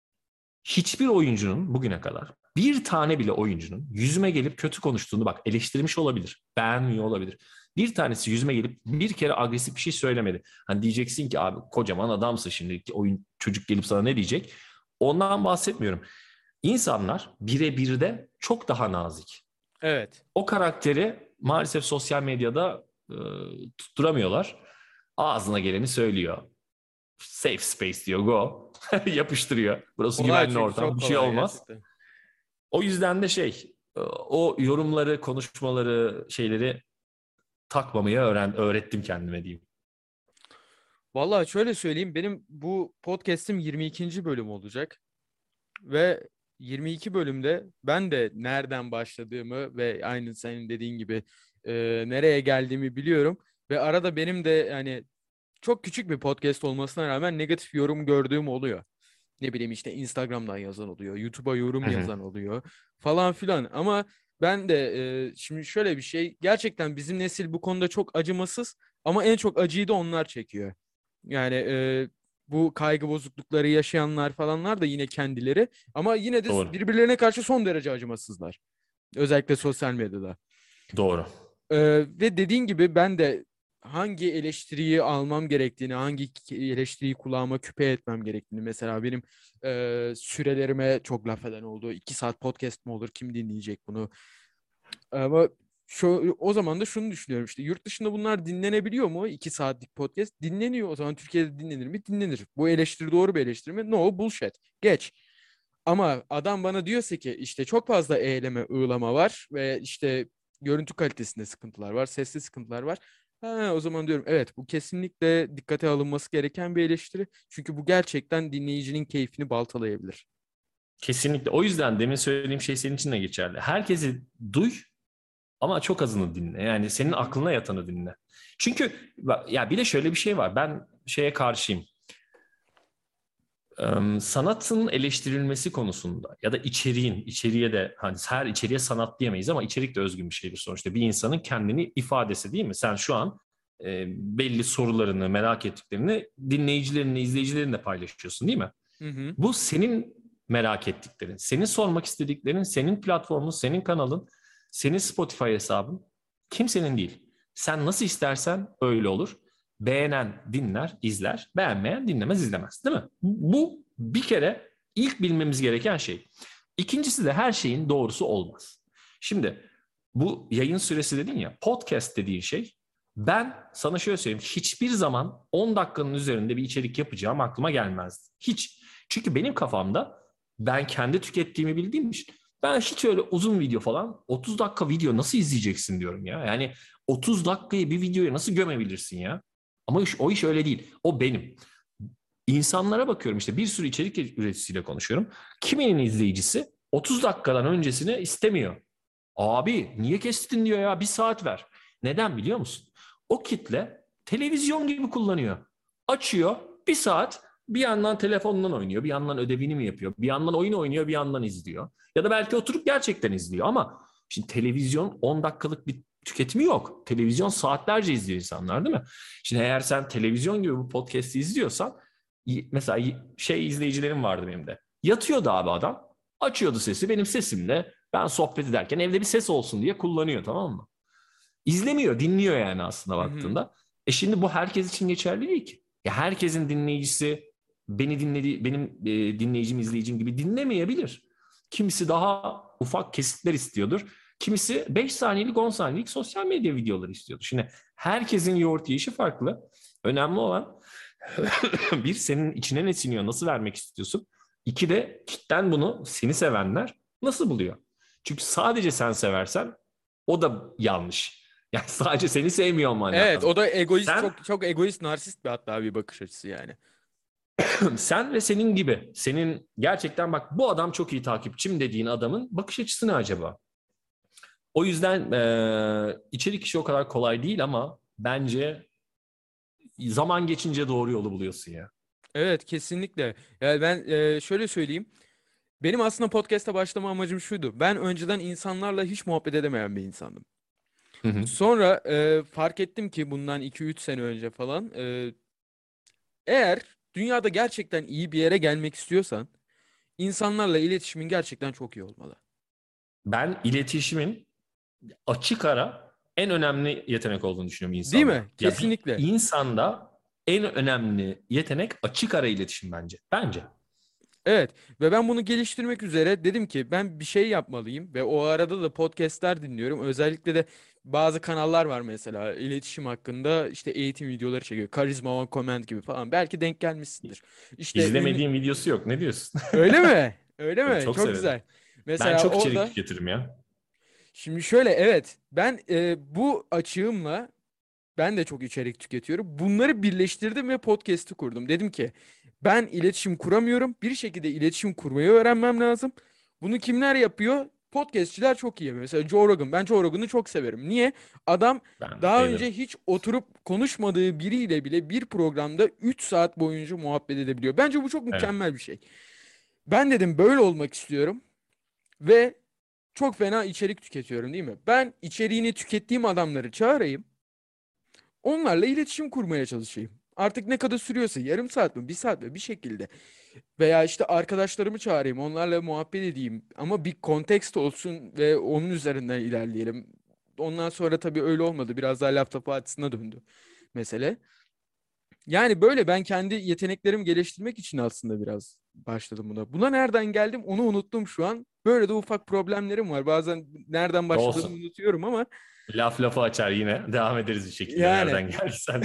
Hiçbir oyuncunun bugüne kadar, bir tane bile oyuncunun yüzüme gelip kötü konuştuğunu, bak eleştirmiş olabilir, beğenmiyor olabilir. Bir tanesi yüzüme gelip bir kere agresif bir şey söylemedi. Hani diyeceksin ki abi kocaman adamsın, şimdi oyun çocuk gelip sana ne diyecek? Ondan bahsetmiyorum. İnsanlar birebir de çok daha nazik. Evet. O karakteri maalesef sosyal medyada e, tutturamıyorlar. Ağzına geleni söylüyor. Safe space diyor, go. Yapıştırıyor. Burası Kolay güvenli çünkü ortam, çok bir şey kolay olmaz. gerçekten. O yüzden de şey, o yorumları, konuşmaları, şeyleri takmamayı öğren öğrettim kendime diyeyim. Vallahi şöyle söyleyeyim, benim bu podcast'im yirmi ikinci bölüm olacak ve yirmi iki bölümde ben de nereden başladığımı ve aynı senin dediğin gibi e, nereye geldiğimi biliyorum ve arada benim de yani çok küçük bir podcast olmasına rağmen negatif yorum gördüğüm oluyor. Ne bileyim işte Instagram'dan yazan oluyor, YouTube'a yorum Hı hı. yazan oluyor falan filan. Ama ben de e, şimdi şöyle bir şey, gerçekten bizim nesil bu konuda çok acımasız ama en çok acıyı da onlar çekiyor. Yani e, bu kaygı bozuklukları yaşayanlar falanlar da yine kendileri ama yine de Doğru. birbirlerine karşı son derece acımasızlar. Özellikle sosyal medyada. Doğru. E, Ve dediğin gibi ben de hangi eleştiriyi almam gerektiğini, hangi eleştiriyi kulağıma küpe etmem gerektiğini. Mesela benim e, sürelerime çok laf eden oldu. İki saat podcast mı olur? Kim dinleyecek bunu? Ama şu, o zaman da şunu düşünüyorum, işte yurt dışında bunlar dinlenebiliyor mu? İki saatlik podcast dinleniyor. O zaman Türkiye'de dinlenir mi? Dinlenir. Bu eleştiri doğru bir eleştiri mi? No, bullshit. Geç. Ama adam bana diyorsa ki işte çok fazla eğleme, ığlama var ve işte görüntü kalitesinde sıkıntılar var, sesli sıkıntılar var. Ha, o zaman diyorum evet, bu kesinlikle dikkate alınması gereken bir eleştiri. Çünkü bu gerçekten dinleyicinin keyfini baltalayabilir. Kesinlikle. O yüzden demin söylediğim şey senin için de geçerli. Herkesi duy ama çok azını dinle. Yani senin aklına yatanı dinle. Çünkü ya bir de şöyle bir şey var. Ben şeye karşıyım. Ee, sanatın eleştirilmesi konusunda ya da içeriğin, içeriğe de hani her içeriğe sanat diyemeyiz ama içerik de özgün bir şeydir sonuçta. Bir insanın kendini ifadesi değil mi? Sen şu an e, belli sorularını, merak ettiklerini dinleyicilerinle, izleyicilerinle paylaşıyorsun değil mi? Hı hı. Bu senin merak ettiklerin, senin sormak istediklerin, senin platformun, senin kanalın, senin Spotify hesabın, kimsenin değil. Sen nasıl istersen öyle olur. Beğenen dinler, izler, beğenmeyen dinlemez, izlemez, değil mi? Bu bir kere ilk bilmemiz gereken şey. İkincisi de her şeyin doğrusu olmaz. Şimdi bu yayın süresi dedin ya, podcast dediğin şey, ben sana şöyle söyleyeyim, hiçbir zaman on dakikanın üzerinde bir içerik yapacağım aklıma gelmezdi. Hiç. Çünkü benim kafamda ben kendi tükettiğimi bildiğim için ben hiç öyle uzun video falan otuz dakika video nasıl izleyeceksin diyorum ya. Yani otuz dakikayı bir videoya nasıl gömebilirsin ya? Ama iş, o iş öyle değil. O benim. İnsanlara bakıyorum, işte bir sürü içerik üreticisiyle konuşuyorum. Kiminin izleyicisi otuz dakikadan öncesini istemiyor. Abi niye kestin diyor ya, bir saat ver. Neden biliyor musun? O kitle televizyon gibi kullanıyor. Açıyor bir saat, bir yandan telefonundan oynuyor, bir yandan ödevini mi yapıyor, bir yandan oyun oynuyor, bir yandan izliyor. Ya da belki oturup gerçekten izliyor ama şimdi televizyon on dakikalık bir tüketimi yok. Televizyon saatlerce izliyor insanlar değil mi? Şimdi eğer sen televizyon gibi bu podcast'i izliyorsan, mesela şey izleyicilerim vardı benim de. Yatıyordu abi adam, açıyordu sesi, benim sesimle ben sohbet ederken evde bir ses olsun diye kullanıyor, tamam mı? İzlemiyor, dinliyor yani aslında Hı hı. baktığında. E şimdi bu herkes için geçerli değil ki. Ya herkesin dinleyicisi beni dinlediği, benim e, dinleyicim, izleyicim gibi dinlemeyebilir. Kimisi daha ufak kesitler istiyordur. Kimisi beş saniyelik, on saniyelik sosyal medya videoları istiyordur. Şimdi herkesin yoğurt yiyişi farklı. Önemli olan bir, senin içine ne siniyor, nasıl vermek istiyorsun? İki de kitlen bunu, seni sevenler nasıl buluyor? Çünkü sadece sen seversen o da yanlış. Yani sadece seni sevmiyor olman Evet, lazım. o da egoist, Sen, çok çok egoist, narsist bir hatta bir bakış açısı yani. sen ve senin gibi, senin gerçekten bak bu adam çok iyi takipçim dediğin adamın bakış açısı ne acaba? O yüzden e, içerik işi o kadar kolay değil ama bence zaman geçince doğru yolu buluyorsun ya. Evet, kesinlikle. Yani ben e, şöyle söyleyeyim. Benim aslında podcast'a başlama amacım şuydu. Ben önceden insanlarla hiç muhabbet edemeyen bir insandım. Hı hı. Sonra e, fark ettim ki bundan iki üç sene önce falan, e, eğer dünyada gerçekten iyi bir yere gelmek istiyorsan insanlarla iletişimin gerçekten çok iyi olmalı. Ben iletişimin açık ara en önemli yetenek olduğunu düşünüyorum Değil insanda. mi? Ya bir Kesinlikle. insanda en önemli yetenek açık ara iletişim bence. Bence. Evet, ve ben bunu geliştirmek üzere dedim ki ben bir şey yapmalıyım ve o arada da podcastler dinliyorum. Özellikle de bazı kanallar var mesela iletişim hakkında, işte eğitim videoları çekiyor. Karizma on Command gibi falan. Belki denk gelmişsindir. İşte ün... İzlemediğim videosu yok. Ne diyorsun? Öyle mi? Öyle Evet, mi? çok Çok severim. güzel. Ben Mesela çok içerik orada tüketirim ya. şimdi şöyle, evet, ben e, bu açığımla ben de çok içerik tüketiyorum. Bunları birleştirdim ve podcast'i kurdum. Dedim ki ben iletişim kuramıyorum. Bir şekilde iletişim kurmayı öğrenmem lazım. Bunu kimler yapıyor? Podcastçiler çok iyi yapıyor. Mesela Joe Rogan. Ben Joe Rogan'ı çok severim. Niye? Adam Ben daha önce bayılırım. hiç oturup konuşmadığı biriyle bile bir programda üç saat boyunca muhabbet edebiliyor. Bence bu çok Evet. mükemmel bir şey. Ben dedim böyle olmak istiyorum ve çok fena içerik tüketiyorum, değil mi? Ben içeriğini tükettiğim adamları çağırayım. Onlarla iletişim kurmaya çalışayım. Artık ne kadar sürüyorsa, yarım saat mi, bir saat mi, bir şekilde. Veya işte arkadaşlarımı çağırayım, onlarla muhabbet edeyim. Ama bir kontekst olsun ve onun üzerinden ilerleyelim. Ondan sonra tabii öyle olmadı. Biraz daha laf tapı açısına döndü. mesele. Yani böyle ben kendi yeteneklerimi geliştirmek için aslında biraz başladım buna. Buna nereden geldim onu unuttum şu an. Böyle de ufak problemlerim var. Bazen nereden başladığımı Olsun. unutuyorum ama Laf lafı açar yine. Devam ederiz bir şekilde yani nereden geldiysen.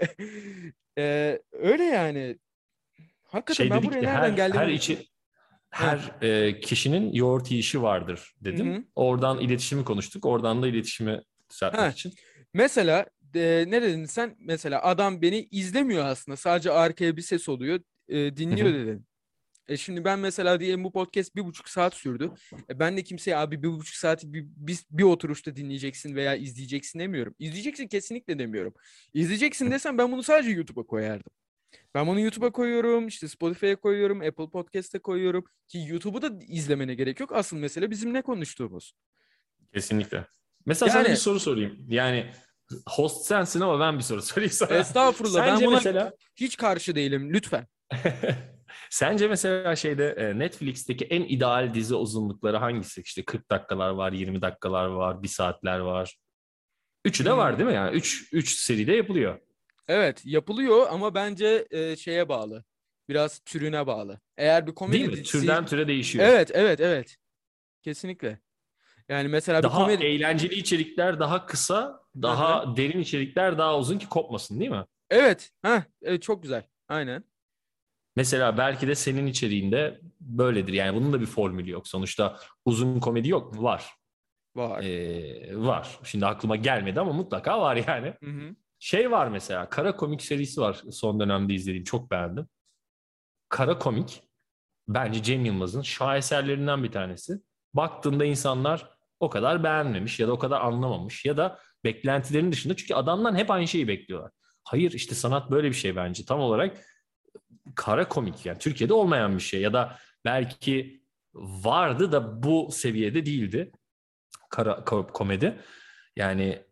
Ee, öyle yani. Hakikaten Şey ben dedik buraya ki nereden her geldiğimi her unuttum. içi Heh. her e, kişinin yoğurt yiyişi vardır Hı dedim. hı. Oradan iletişimi konuştuk. Oradan da iletişimi düzeltmek Ha. için. Mesela e, ne dedin sen? Mesela adam beni izlemiyor aslında. Sadece arkaya bir ses oluyor. e, Hı dinliyor hı. dedin. E şimdi ben mesela diyelim bu podcast bir buçuk saat sürdü. E ben de kimseye abi bir buçuk saati bir, bir, bir oturuşta dinleyeceksin veya izleyeceksin demiyorum. İzleyeceksin kesinlikle demiyorum. İzleyeceksin desem ben bunu sadece YouTube'a koyardım. Ben bunu YouTube'a koyuyorum, işte Spotify'a koyuyorum, Apple Podcast'e koyuyorum. Ki YouTube'u da izlemene gerek yok. Asıl mesele bizim ne konuştuğumuz. Kesinlikle. Mesela sana bir Yani soru sorayım. Yani host sensin ama ben bir soru sorayım sana. estağfurullah ben Sence buna mesela hiç karşı değilim lütfen. sence mesela şeyde e, Netflix'teki en ideal dizi uzunlukları hangisi? İşte kırk dakikalar var, yirmi dakikalar var, bir saatler var. Üçü de var Hmm. değil mi yani? Üç, üç seride yapılıyor. Evet yapılıyor ama bence e, şeye bağlı. Biraz türüne bağlı. Eğer bir Değil komedi mi? dizisi... Türden türe değişiyor. Evet, evet, evet. Kesinlikle. Yani mesela bir Daha komedi... eğlenceli içerikler daha kısa, Hı hı. daha derin içerikler daha uzun ki kopmasın değil mi? Evet. Heh, evet, çok güzel. Aynen. Mesela belki de senin içeriğinde böyledir. Yani bunun da bir formülü yok. Sonuçta uzun komedi yok mu? Var. Var. Ee, var. Şimdi aklıma gelmedi ama mutlaka var yani. Hı hı. Şey var mesela, Kara Komik serisi var son dönemde izlediğim. Çok beğendim. Kara Komik bence Cem Yılmaz'ın şaheserlerinden bir tanesi. Baktığında insanlar o kadar beğenmemiş ya da o kadar anlamamış ya da beklentilerin dışında. Çünkü adamdan hep aynı şeyi bekliyorlar. Hayır işte sanat böyle bir şey bence. Tam olarak kara komik yani Türkiye'de olmayan bir şey ya da belki vardı da bu seviyede değildi kara ko- komedi. Yani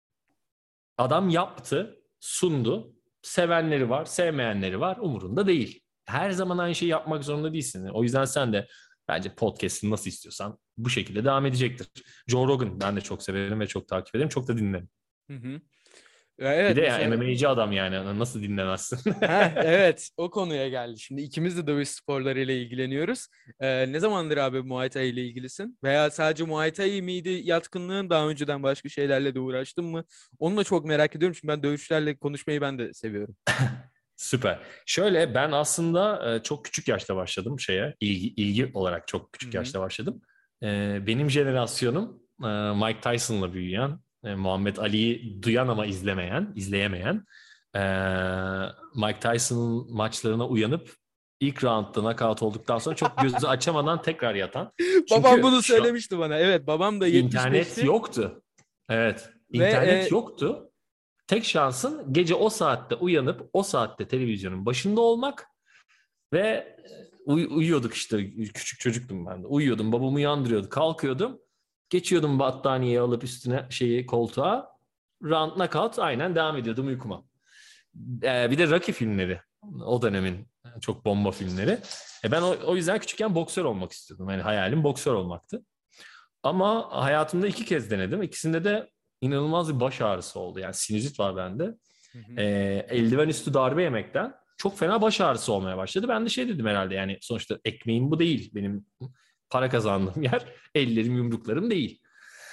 adam yaptı, sundu. Sevenleri var, sevmeyenleri var. Umurunda değil. Her zaman aynı şeyi yapmak zorunda değilsin. O yüzden sen de bence podcast'ini nasıl istiyorsan bu şekilde devam edecektir. Joe Rogan ben de çok severim ve çok takip ederim. Çok da dinlerim. Hı hı. Ya Bir evet de ya mesela... M M A'ci adam yani nasıl dinlemezsin? Ha evet o konuya geldi. Şimdi ikimiz de dövüş sporlarıyla ilgileniyoruz. Ee, ne zamandır abi Muay Thai ile ilgilisin? Veya sadece Muay Thai miydi yatkınlığın? Daha önceden başka şeylerle de uğraştın mı? Onu da çok merak ediyorum çünkü ben dövüşlerle konuşmayı ben de seviyorum. Süper. Şöyle ben aslında e, çok küçük yaşta başladım şeye. İlgi, ilgi olarak çok Hı küçük hı. yaşta başladım. E, benim jenerasyonum e, Mike Tyson'la büyüyen, e, Muhammed Ali'yi duyan ama izlemeyen, izleyemeyen, e, Mike Tyson'ın maçlarına uyanıp ilk roundda knockout olduktan sonra çok gözü açamadan tekrar yatan. Babam Çünkü bunu şu söylemişti bana. Evet babam da internet yetmiş beşli yoktu. Evet, ve internet e, yoktu. Tek şansın gece o saatte uyanıp o saatte televizyonun başında olmak ve uy- uyuyorduk işte küçük çocuktum ben de. Uyuyordum babam uyandırıyordu kalkıyordum. Geçiyordum battaniyeyi alıp üstüne şeyi koltuğa. Round knockout aynen devam ediyordum uykuma. Ee, bir de Rocky filmleri o dönemin çok bomba filmleri. E ben o, o yüzden küçükken boksör olmak istiyordum. Yani hayalim boksör olmaktı. Ama hayatımda iki kez denedim. İkisinde de inanılmaz bir baş ağrısı oldu. Yani sinüzit var bende. Hı hı. Ee, eldiven üstü darbe yemekten çok fena baş ağrısı olmaya başladı. Ben de şey dedim herhalde yani sonuçta ekmeğim bu değil. Benim para kazandığım yer ellerim yumruklarım değil.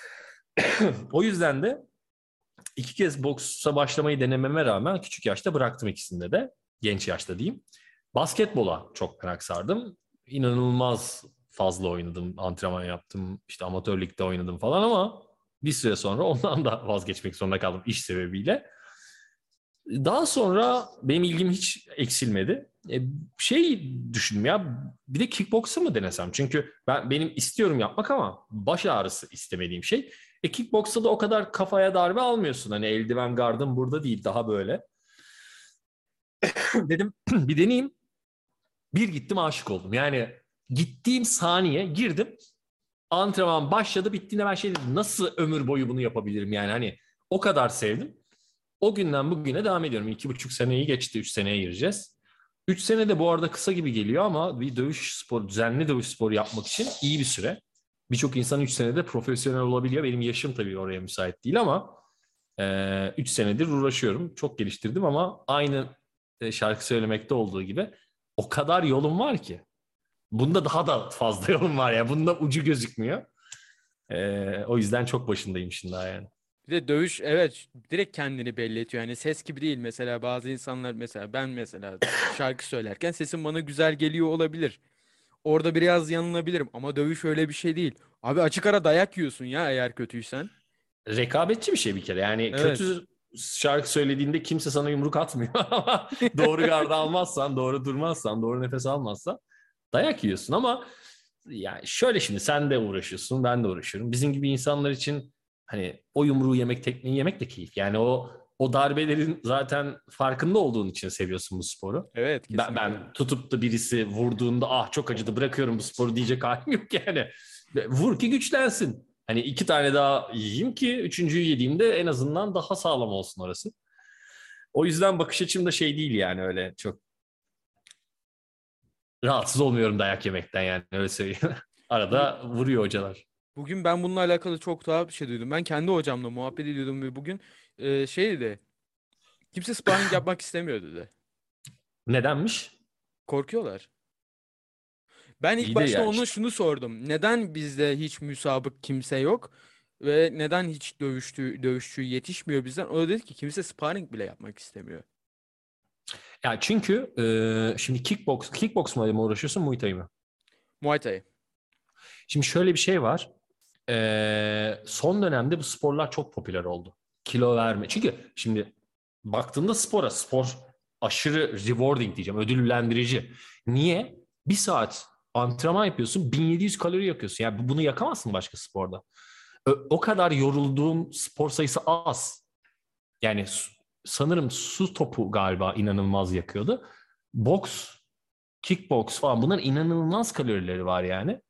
O yüzden de iki kez boksa başlamayı denememe rağmen küçük yaşta bıraktım ikisinde de. Genç yaşta diyeyim. Basketbola çok merak sardım. İnanılmaz fazla oynadım, antrenman yaptım, işte amatör ligde oynadım falan ama bir süre sonra ondan da vazgeçmek zorunda kaldım iş sebebiyle. Daha sonra benim ilgim hiç eksilmedi. E, şey düşündüm ya bir de kickboksu mu denesem? Çünkü ben benim istiyorum yapmak ama baş ağrısı istemediğim şey. E kickboksta da o kadar kafaya darbe almıyorsun. Hani eldiven gardım burada değil daha böyle. Dedim bir deneyeyim. Bir gittim aşık oldum. Yani gittiğim saniye girdim. Antrenman başladı bittiğinde ben şey dedim. Nasıl ömür boyu bunu yapabilirim yani hani o kadar sevdim. O günden bugüne devam ediyorum. İki buçuk seneyi geçti. Üç seneye gireceğiz. Üç sene de bu arada kısa gibi geliyor ama bir dövüş sporu, düzenli dövüş sporu yapmak için iyi bir süre. Birçok insan üç senede profesyonel olabiliyor. Benim yaşım tabii oraya müsait değil ama üç senedir uğraşıyorum. Çok geliştirdim ama aynı e, şarkı söylemekte olduğu gibi o kadar yolum var ki. Bunda daha da fazla yolum var ya. Bunda ucu gözükmüyor. Ee, o yüzden çok başındayım şimdi daha yani. Bir de dövüş, evet, direkt kendini belli ediyor. Yani ses gibi değil. Mesela bazı insanlar, mesela ben mesela şarkı söylerken sesim bana güzel geliyor olabilir. Orada biraz yanılabilirim ama dövüş öyle bir şey değil. Abi açık ara dayak yiyorsun ya eğer kötüysen. Rekabetçi bir şey bir kere. Yani Evet. kötü şarkı söylediğinde kimse sana yumruk atmıyor ama doğru gardı almazsan, doğru durmazsan, doğru nefes almazsan dayak yiyorsun ama yani şöyle, şimdi sen de uğraşıyorsun, ben de uğraşıyorum. Bizim gibi insanlar için hani o yumruğu yemek, tekmeyi yemek de keyif. Yani o o darbelerin zaten farkında olduğun için seviyorsun bu sporu. Evet, Ben, kesinlikle. ben tutup da birisi vurduğunda ah çok acıdı bırakıyorum bu sporu diyecek halim yok yani. Vur ki güçlensin. Hani iki tane daha yiyeyim ki üçüncüyü yediğimde en azından daha sağlam olsun orası. O yüzden bakış açım da şey değil yani, öyle çok rahatsız olmuyorum dayak yemekten yani, öyle söyleyeyim. Bu, Arada vuruyor hocalar. bugün ben bununla alakalı çok daha bir şey duydum. Ben kendi hocamla muhabbet ediyordum ve bugün e, şey dedi. Kimse sparring yapmak istemiyor dedi. Nedenmiş? Korkuyorlar. Ben ilk İyi de başta ya ona işte. şunu sordum. Neden bizde hiç müsabık kimse yok? Ve neden hiç dövüştü, dövüşçü yetişmiyor bizden? O da dedi ki kimse sparring bile yapmak istemiyor. Ya çünkü e, şimdi kickbox, kickbox mu uğraşıyorsun, Muay Thai mi? Muay Thai. Şimdi şöyle bir şey var. E, son dönemde bu sporlar çok popüler oldu. Kilo verme. Çünkü şimdi baktığında spora, spor aşırı rewarding diyeceğim, ödüllendirici. Niye? Bir saat antrenman yapıyorsun, bin yedi yüz kalori yakıyorsun. Yani bunu yakamazsın başka sporda. Ö- O kadar yorulduğum spor sayısı az. Yani su- sanırım su topu galiba inanılmaz yakıyordu. Boks, kickboks falan, bunların inanılmaz kalorileri var yani.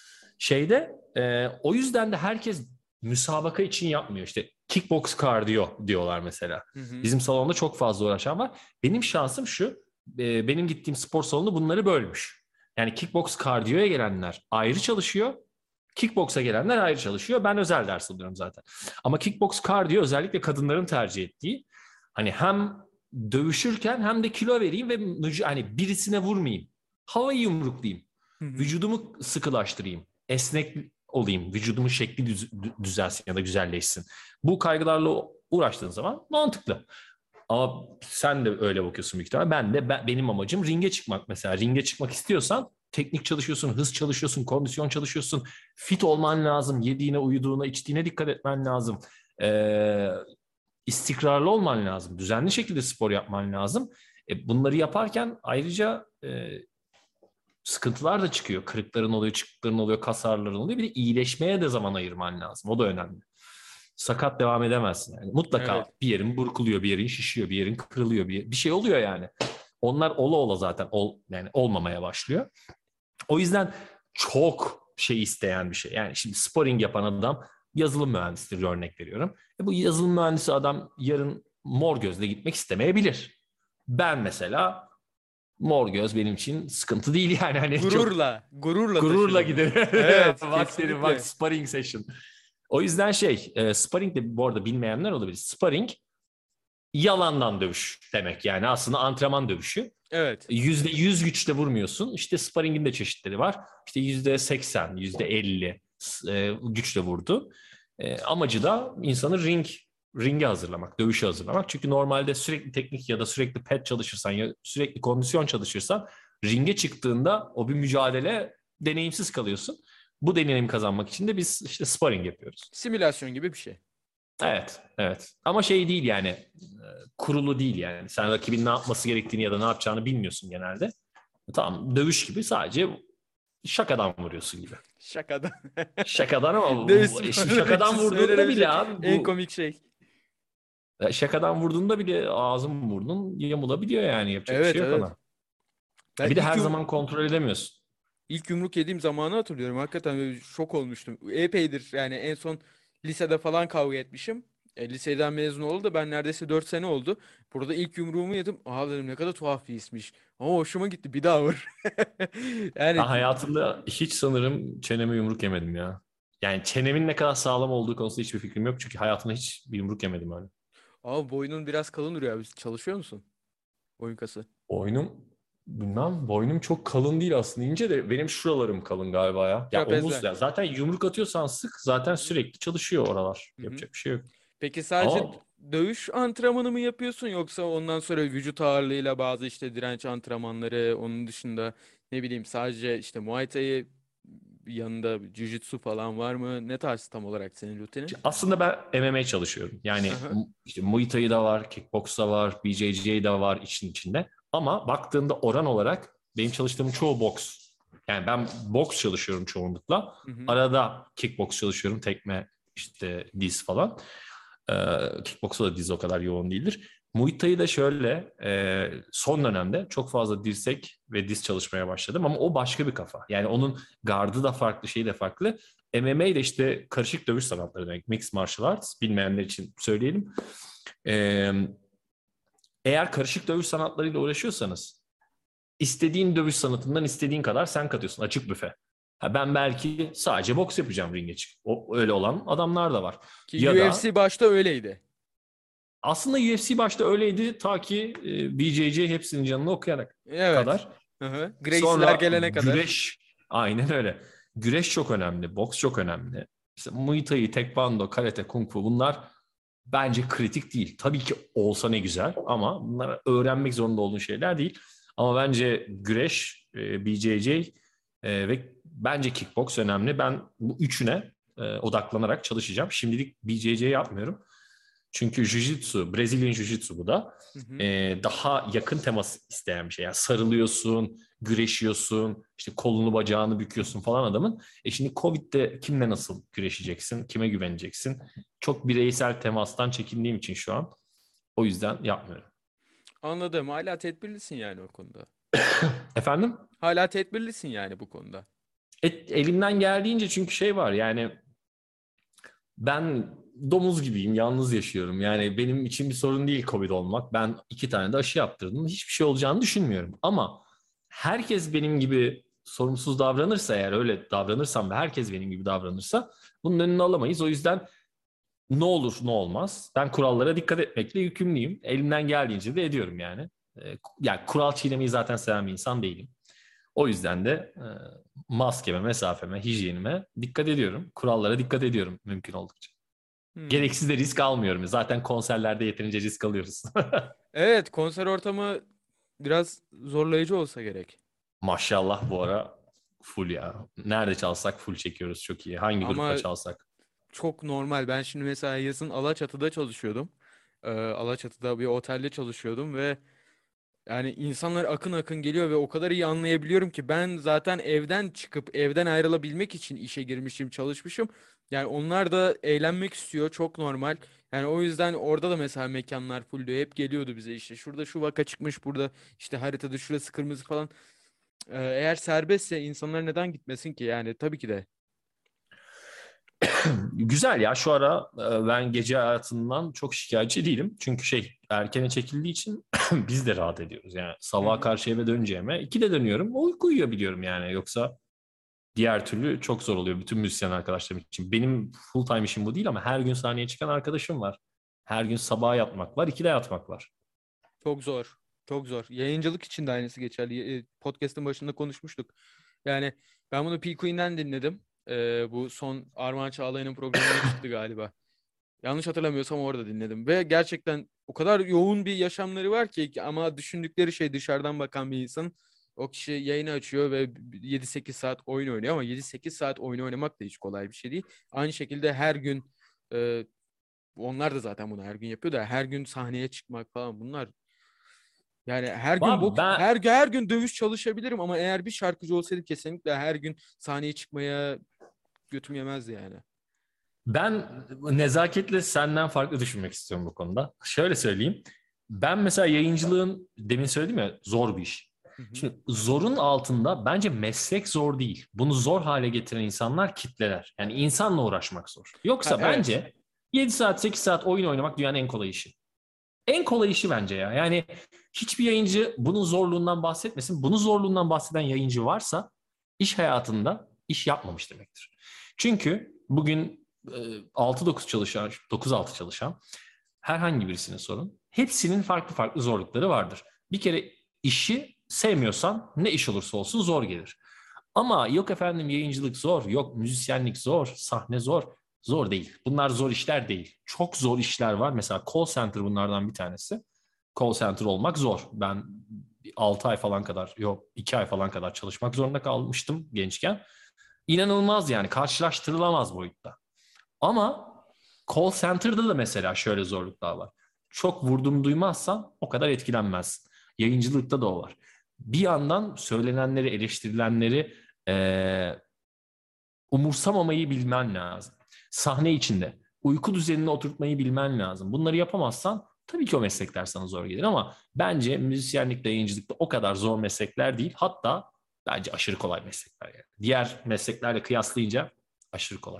Şeyde e, o yüzden de herkes müsabaka için yapmıyor. İşte kickbox kardiyo diyorlar mesela. Hı hı. Bizim salonda çok fazla uğraşan var. Benim şansım şu, e, benim gittiğim spor salonu bunları bölmüş. Yani kickbox kardiyoya gelenler ayrı çalışıyor. Kickbox'a gelenler ayrı çalışıyor. Ben özel ders alıyorum zaten. Ama kickbox kardiyo özellikle kadınların tercih ettiği. Hani hem dövüşürken hem de kilo vereyim ve müc- hani birisine vurmayayım. Havayı yumruklayayım. Hı hı. Vücudumu sıkılaştırayım. Esnek olayım. Vücudumun şekli düz- düzelsin ya da güzelleşsin. Bu kaygılarla uğraştığın zaman mantıklı. Ama sen de öyle bakıyorsun büyük ihtimalle. Ben de ben, benim amacım ringe çıkmak mesela. Ringe çıkmak istiyorsan teknik çalışıyorsun, hız çalışıyorsun, kondisyon çalışıyorsun. Fit olman lazım. Yediğine, uyuduğuna, içtiğine dikkat etmen lazım. Ee, istikrarlı olman lazım. Düzenli şekilde spor yapman lazım. E, bunları yaparken ayrıca e, sıkıntılar da çıkıyor. Kırıkların oluyor, çıkıkların oluyor, kas ağrıların oluyor. Bir de iyileşmeye de zaman ayırman lazım. O da önemli. Sakat devam edemezsin yani. Mutlaka Evet. bir yerin burkuluyor, bir yerin şişiyor, bir yerin kırılıyor, bir, bir şey oluyor yani. Onlar ola ola zaten ol, yani olmamaya başlıyor. O yüzden çok şey isteyen bir şey. Yani şimdi sparring yapan adam yazılım mühendisidir, örnek veriyorum. E bu yazılım mühendisi adam yarın mor gözle gitmek istemeyebilir. Ben mesela mor göz benim için sıkıntı değil yani, hani çok Gururla, gururla gururla taşırım. giderim. Evet, Bak derim, bak kesinlikle. sparring session. O yüzden şey, e, sparring de bu arada bilmeyenler olabilir. Sparring yalandan dövüş demek, yani aslında antrenman dövüşü. Evet. Yüzde yüz güçle vurmuyorsun. İşte sparringin de çeşitleri var. İşte yüzde seksen, yüzde elli e, güçle vurdu. E, amacı da insanı ring ringe hazırlamak, dövüşe hazırlamak. Çünkü normalde sürekli teknik ya da sürekli pet çalışırsan ya sürekli kondisyon çalışırsan ringe çıktığında o bir mücadele, deneyimsiz kalıyorsun. Bu deneyim kazanmak için de biz işte sparring yapıyoruz. Simülasyon gibi bir şey. Evet, evet. Ama şey değil yani, e, kurulu değil yani. Sen rakibin ne yapması gerektiğini ya da ne yapacağını bilmiyorsun genelde. Tamam, dövüş gibi, sadece şakadan vuruyorsun gibi. Şakadan. Şakadan, ama Dövüş bu- şimdi sporları için şakadan vurduğunda bile söylenebilecek abi en bu komik şey. e, şakadan vurduğunda bile ağzın burnun yamulabiliyor yani, yapacak bir Evet, şey yok evet. ona. Ben E bir de ilk her yum zaman kontrol edemiyorsun. ilk yumruk yediğim zamanı hatırlıyorum. Hakikaten böyle şok olmuştum. Epeydir yani, en son lisede falan kavga etmişim. E, liseden mezun oldu da ben neredeyse dört sene oldu. Burada ilk yumruğumu yedim. Aa dedim, ne kadar tuhaf bir hismiş. Ama hoşuma gitti. Bir daha vur. Ben Yani hayatımda hiç sanırım çeneme yumruk yemedim ya. Yani çenemin ne kadar sağlam olduğu konusunda hiçbir fikrim yok. Çünkü hayatımda hiç bir yumruk yemedim öyle. Abi boynun biraz kalın duruyor abi. Çalışıyor musun? Boyun kası. Boynum bilmem boynum çok kalın değil aslında ince de benim şuralarım kalın galiba ya. Ya omuz Trapezler. ya zaten yumruk atıyorsan sık zaten Hı hı. sürekli çalışıyor oralar. Hı hı. Yapacak bir şey yok. Peki sadece d- Ama dövüş antrenmanı mı yapıyorsun yoksa ondan sonra vücut ağırlığıyla bazı işte direnç antrenmanları, onun dışında ne bileyim sadece işte Muay Thai yanında Jiu-Jitsu falan var mı? Ne tarz tam olarak senin rutinin? aslında ben M M A çalışıyorum. Yani Aha. m- işte Muay Thai da var, Kickbox da var, B J J da var işin içinde. Ama baktığında oran olarak benim çalıştığım çoğu boks. Yani ben boks çalışıyorum çoğunlukla. Hı hı. Arada kickbox çalışıyorum, tekme, işte diz falan. Ee, kickboksa da diz o kadar yoğun değildir. Muay Thai de şöyle e, son dönemde çok fazla dirsek ve diz çalışmaya başladım ama o başka bir kafa. Yani onun gardı da farklı, şeyi de farklı. M M A de işte karışık dövüş sanatları demek. Mixed Martial Arts. Bilmeyenler için söyleyelim. Ee, eğer karışık dövüş sanatlarıyla uğraşıyorsanız istediğin dövüş sanatından istediğin kadar sen katıyorsun. Açık büfe. Ha, ben belki sadece boks yapacağım ringe çıkıp. O, öyle olan adamlar da var. Ki Ya da U F C başta öyleydi. aslında U F C başta öyleydi ta ki e, B J J hepsinin canını okuyarak Evet. kadar. Hı hı. Gracie'ler Sonra gelene kadar. güreş, aynen öyle. Güreş çok önemli, boks çok önemli. İşte Muay Thai, Tekvando, Karate, Kung Fu bunlar bence kritik değil. Tabii ki olsa ne güzel ama bunlar öğrenmek zorunda olduğun şeyler değil. Ama bence güreş, e, B J J e, ve bence kickbox önemli. Ben bu üçüne e, odaklanarak çalışacağım. Şimdilik B J J yapmıyorum. Çünkü Jiu-Jitsu, Brezilyan Jiu-Jitsu bu da Hı hı. e, daha yakın temas isteyen bir şey. Yani sarılıyorsun, güreşiyorsun, işte kolunu bacağını büküyorsun falan adamın. E şimdi Covid'de kimle nasıl güreşeceksin, kime güveneceksin? Çok bireysel temastan çekindiğim için şu an o yüzden yapmıyorum. Anladım. Hala tedbirlisin yani o konuda. Efendim? Hala tedbirlisin yani bu konuda. Et, elimden geldiğince çünkü şey var yani ben domuz gibiyim, yalnız yaşıyorum. Yani benim için bir sorun değil Covid olmak. Ben iki tane de aşı yaptırdım. Hiçbir şey olacağını düşünmüyorum. Ama herkes benim gibi sorumsuz davranırsa eğer öyle davranırsam ve herkes benim gibi davranırsa bunun önünü alamayız. O yüzden ne olur ne olmaz. Ben kurallara dikkat etmekle yükümlüyüm. Elimden geldiğince de ediyorum yani. Ee, Yani kural çiğnemeyi zaten seven bir insan değilim. O yüzden de e, maskeme, mesafeme, hijyenime dikkat ediyorum. Kurallara dikkat ediyorum mümkün oldukça. Hmm. Gereksiz de risk almıyorum. Zaten konserlerde yeterince risk alıyoruz. Evet, konser ortamı biraz zorlayıcı olsa gerek. Maşallah bu ara full ya. Nerede çalsak full çekiyoruz çok iyi. Hangi grupta Ama çalsak. çok normal. Ben şimdi mesela yazın Alaçatı'da çalışıyordum. Ee, Alaçatı'da bir otelde çalışıyordum ve yani insanlar akın akın geliyor ve o kadar iyi anlayabiliyorum ki ben zaten evden çıkıp evden ayrılabilmek için işe girmişim, çalışmışım. Yani onlar da eğlenmek istiyor, çok normal. Yani o yüzden orada da mesela mekanlar full diyor. Hep geliyordu bize işte şurada şu vaka çıkmış, burada işte haritada şurası kırmızı falan. Ee, eğer serbestse insanlar neden gitmesin ki? Yani tabii ki de. Güzel ya şu ara e, ben gece hayatından çok şikayetçi değilim. Çünkü şey erkene çekildiği için biz de rahat ediyoruz. Yani Hı sabaha hı. karşı eve döneceğime ikide dönüyorum. Uyku uyuyabiliyorum yani. Yoksa diğer türlü çok zor oluyor bütün müzisyen arkadaşlarım için. Benim full time işim bu değil ama her gün sahneye çıkan arkadaşım var. Her gün sabaha yatmak var, ikide yatmak var. Çok zor. Çok zor. Yayıncılık için de aynısı geçerli. E, Podcast'ın başında konuşmuştuk. Yani ben bunu P. Queen'den dinledim. Ee, bu son Armağan Çağlayan'ın programına çıktı galiba. Yanlış hatırlamıyorsam orada dinledim. Ve gerçekten o kadar yoğun bir yaşamları var ki ama düşündükleri şey dışarıdan bakan bir insan. O kişi yayını açıyor ve yedi sekiz saat oyun oynuyor ama yedi sekiz saat oyun oynamak da hiç kolay bir şey değil. Aynı şekilde her gün e, onlar da zaten bunu her gün yapıyor da her gün sahneye çıkmak falan bunlar yani her gün Abi boks, ben her her gün dövüş çalışabilirim ama eğer bir şarkıcı olsaydım kesinlikle her gün sahneye çıkmaya götüm yemezdi yani. ben nezaketle senden farklı düşünmek istiyorum bu konuda. Şöyle söyleyeyim. Ben mesela yayıncılığın demin söyledim ya zor bir iş. Hı hı. Şimdi zorun altında bence meslek zor değil. Bunu zor hale getiren insanlar kitleler. Yani insanla uğraşmak zor. Ha, Yoksa evet. bence yedi saat sekiz saat oyun oynamak dünyanın en kolay işi. En kolay işi bence ya. Yani hiçbir yayıncı bunun zorluğundan bahsetmesin. Bunun zorluğundan bahseden yayıncı varsa iş hayatında iş yapmamış demektir. Çünkü bugün e, altı dokuz çalışan, dokuz altı çalışan herhangi birisine sorun. Hepsinin farklı farklı zorlukları vardır. Bir kere işi sevmiyorsan ne iş olursa olsun zor gelir. Ama yok efendim yayıncılık zor, yok müzisyenlik zor, sahne zor. Zor değil. Bunlar zor işler değil. Çok zor işler var. Mesela call center bunlardan bir tanesi. Call center olmak zor. Ben altı ay falan kadar, yok iki ay falan kadar çalışmak zorunda kalmıştım gençken. İnanılmaz yani, karşılaştırılamaz boyutta. Ama call center'da da mesela şöyle zorluklar var. Çok vurdum duymazsan o kadar etkilenmezsin. Yayıncılıkta da o var. Bir yandan söylenenleri, eleştirilenleri ee, umursamamayı bilmen lazım. Sahne içinde uyku düzenini oturtmayı bilmen lazım. Bunları yapamazsan tabii ki o meslekler sana zor gelir ama bence müzisyenlikle, yayıncılıkta o kadar zor meslekler değil. Hatta bence aşırı kolay meslekler yani. Diğer mesleklerle kıyaslayınca aşırı kolay.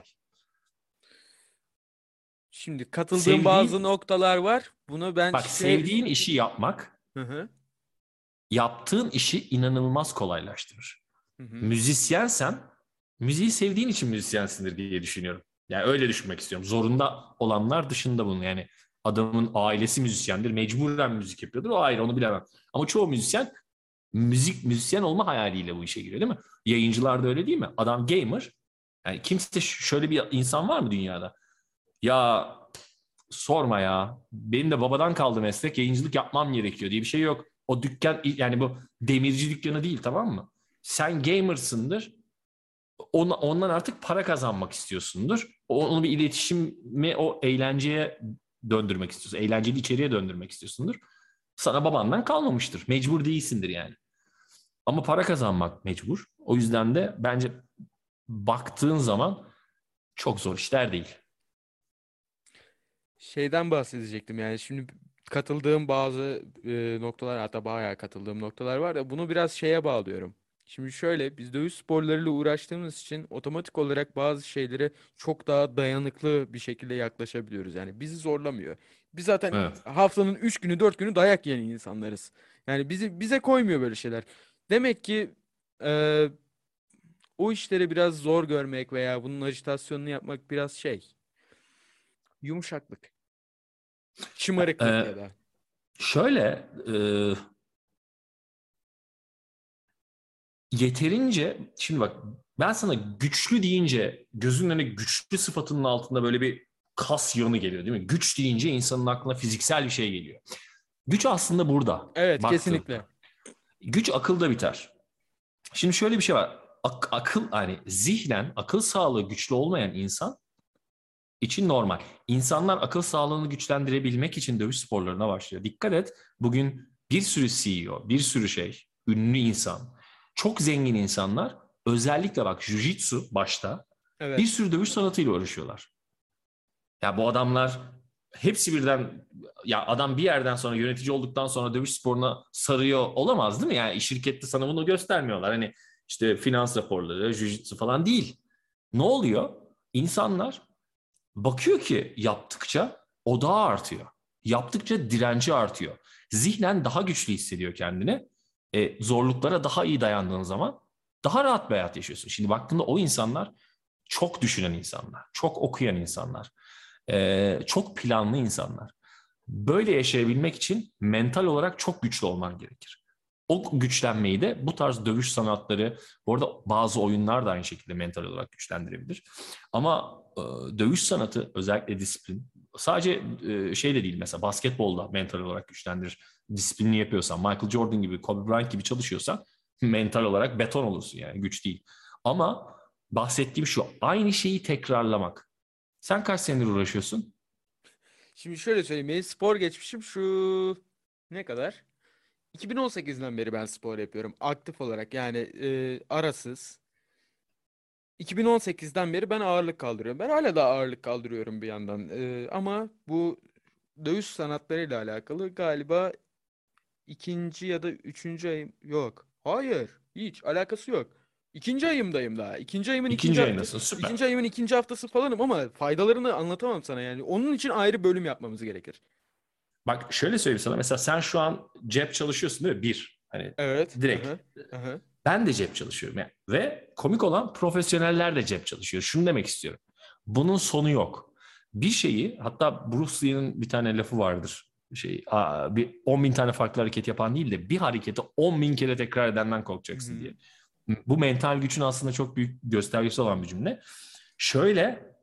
Şimdi katıldığım Sevdiğin, bazı noktalar var. Bunu ben bak şey... sevdiğin işi yapmak, Hı hı. yaptığın işi inanılmaz kolaylaştırır. Hı hı. Müzisyensen, müziği sevdiğin için müzisyensindir diye düşünüyorum. Yani öyle düşünmek istiyorum. Zorunda olanlar dışında bunu, yani adamın ailesi müzisyendir, mecburen müzik yapıyordur, o ayrı, onu bilemem. Ama çoğu müzisyen müzik müzisyen olma hayaliyle bu işe giriyor değil mi? Yayıncılar da öyle değil mi? Adam gamer. Yani kimse, şöyle bir insan var mı dünyada? Ya sorma ya. Benim de babadan kaldı meslek, yayıncılık yapmam gerekiyor diye bir şey yok. O dükkan, yani bu demirci dükkanı değil, tamam mı? Sen gamersındır. Ona, ondan artık para kazanmak istiyorsundur. Onu bir iletişime, o eğlenceye döndürmek istiyorsun. Eğlenceli içeriye döndürmek istiyorsundur. Sana babandan kalmamıştır. Mecbur değilsindir yani. Ama para kazanmak mecbur. O yüzden de bence baktığın zaman çok zor işler değil. Şeyden bahsedecektim yani şimdi katıldığım bazı e, noktalar, hatta bayağı katıldığım noktalar var da bunu biraz şeye bağlıyorum. Şimdi şöyle, biz dövüş sporlarıyla uğraştığımız için otomatik olarak bazı şeylere çok daha dayanıklı bir şekilde yaklaşabiliyoruz. Yani bizi zorlamıyor. Biz zaten Evet. haftanın üç günü dört günü dayak yiyen insanlarız. Yani bizi bize koymuyor böyle şeyler. Demek ki e, o işleri biraz zor görmek veya bunun ajitasyonunu yapmak biraz şey, yumuşaklık, şımarıklık Ee, ya da. şöyle e, yeterince, şimdi bak, ben sana güçlü deyince gözünün önüne güçlü sıfatının altında böyle bir kas yığını geliyor değil mi? Güç deyince insanın aklına fiziksel bir şey geliyor. Güç aslında burada Evet, kesinlikle. baktığında. Güç akılda biter. Şimdi şöyle bir şey var. Ak- akıl, hani zihnen akıl sağlığı güçlü olmayan insan için normal. İnsanlar akıl sağlığını güçlendirebilmek için dövüş sporlarına başlıyor. Dikkat et, bugün bir sürü C E O, bir sürü şey, ünlü insan, çok zengin insanlar, özellikle bak Jiu-Jitsu başta, bir Evet. sürü dövüş sanatıyla uğraşıyorlar. Ya bu adamlar hepsi birden, ya adam bir yerden sonra, yönetici olduktan sonra dövüş sporuna sarıyor olamaz değil mi? Yani şirkette sana bunu göstermiyorlar. Hani işte finans raporları, Jiu-Jitsu falan değil. Ne oluyor? İnsanlar bakıyor ki yaptıkça odağı artıyor. Yaptıkça direnci artıyor. Zihnen daha güçlü hissediyor kendini. E, zorluklara daha iyi dayandığın zaman daha rahat bir hayat yaşıyorsun. Şimdi baktığında o insanlar çok düşünen insanlar, çok okuyan insanlar, e, çok planlı insanlar. Böyle yaşayabilmek için mental olarak çok güçlü olman gerekir. O güçlenmeyi de bu tarz dövüş sanatları, bu arada bazı oyunlar da aynı şekilde mental olarak güçlendirebilir. Ama e, dövüş sanatı, özellikle disiplin, sadece e, şey de değil, mesela basketbolda mental olarak güçlendirir. Disiplinli yapıyorsan, Michael Jordan gibi, Kobe Bryant gibi çalışıyorsan mental olarak beton olursun, yani güç değil. Ama bahsettiğim şu, aynı şeyi tekrarlamak. Sen kaç senedir uğraşıyorsun? Şimdi şöyle söyleyeyim. Benim spor geçmişim şu ne kadar? iki bin on sekizden beri ben spor yapıyorum. Aktif olarak yani e, arasız. iki bin on sekizden beri ben ağırlık kaldırıyorum. Ben hala da ağırlık kaldırıyorum bir yandan. E, ama bu dövüş sanatlarıyla alakalı galiba ikinci ya da üçüncü ayım yok. Hayır, hiç alakası yok. İkinci ayımdayım daha. İkinci ayımın ikinci İkinci hafta, ayındasın, ikinci süper. ayımın ikinci haftası falanım ama faydalarını anlatamam sana yani. Onun için ayrı bölüm yapmamız gerekir. Bak şöyle söyleyeyim sana. Mesela sen şu an cep çalışıyorsun değil mi? Bir. Hani Evet. direkt. Aha. Aha. Ben de cep çalışıyorum. Yani. Ve komik olan, profesyoneller de cep çalışıyor. Şunu demek istiyorum. Bunun sonu yok. bir şeyi, hatta Bruce Lee'nin bir tane lafı vardır. Şey, aa, bir on bin tane farklı hareket yapan değil de bir hareketi on bin kere tekrar edenden Hı korkacaksın hı. diye. Bu mental gücün aslında çok büyük göstergesi olan bir cümle. Şöyle,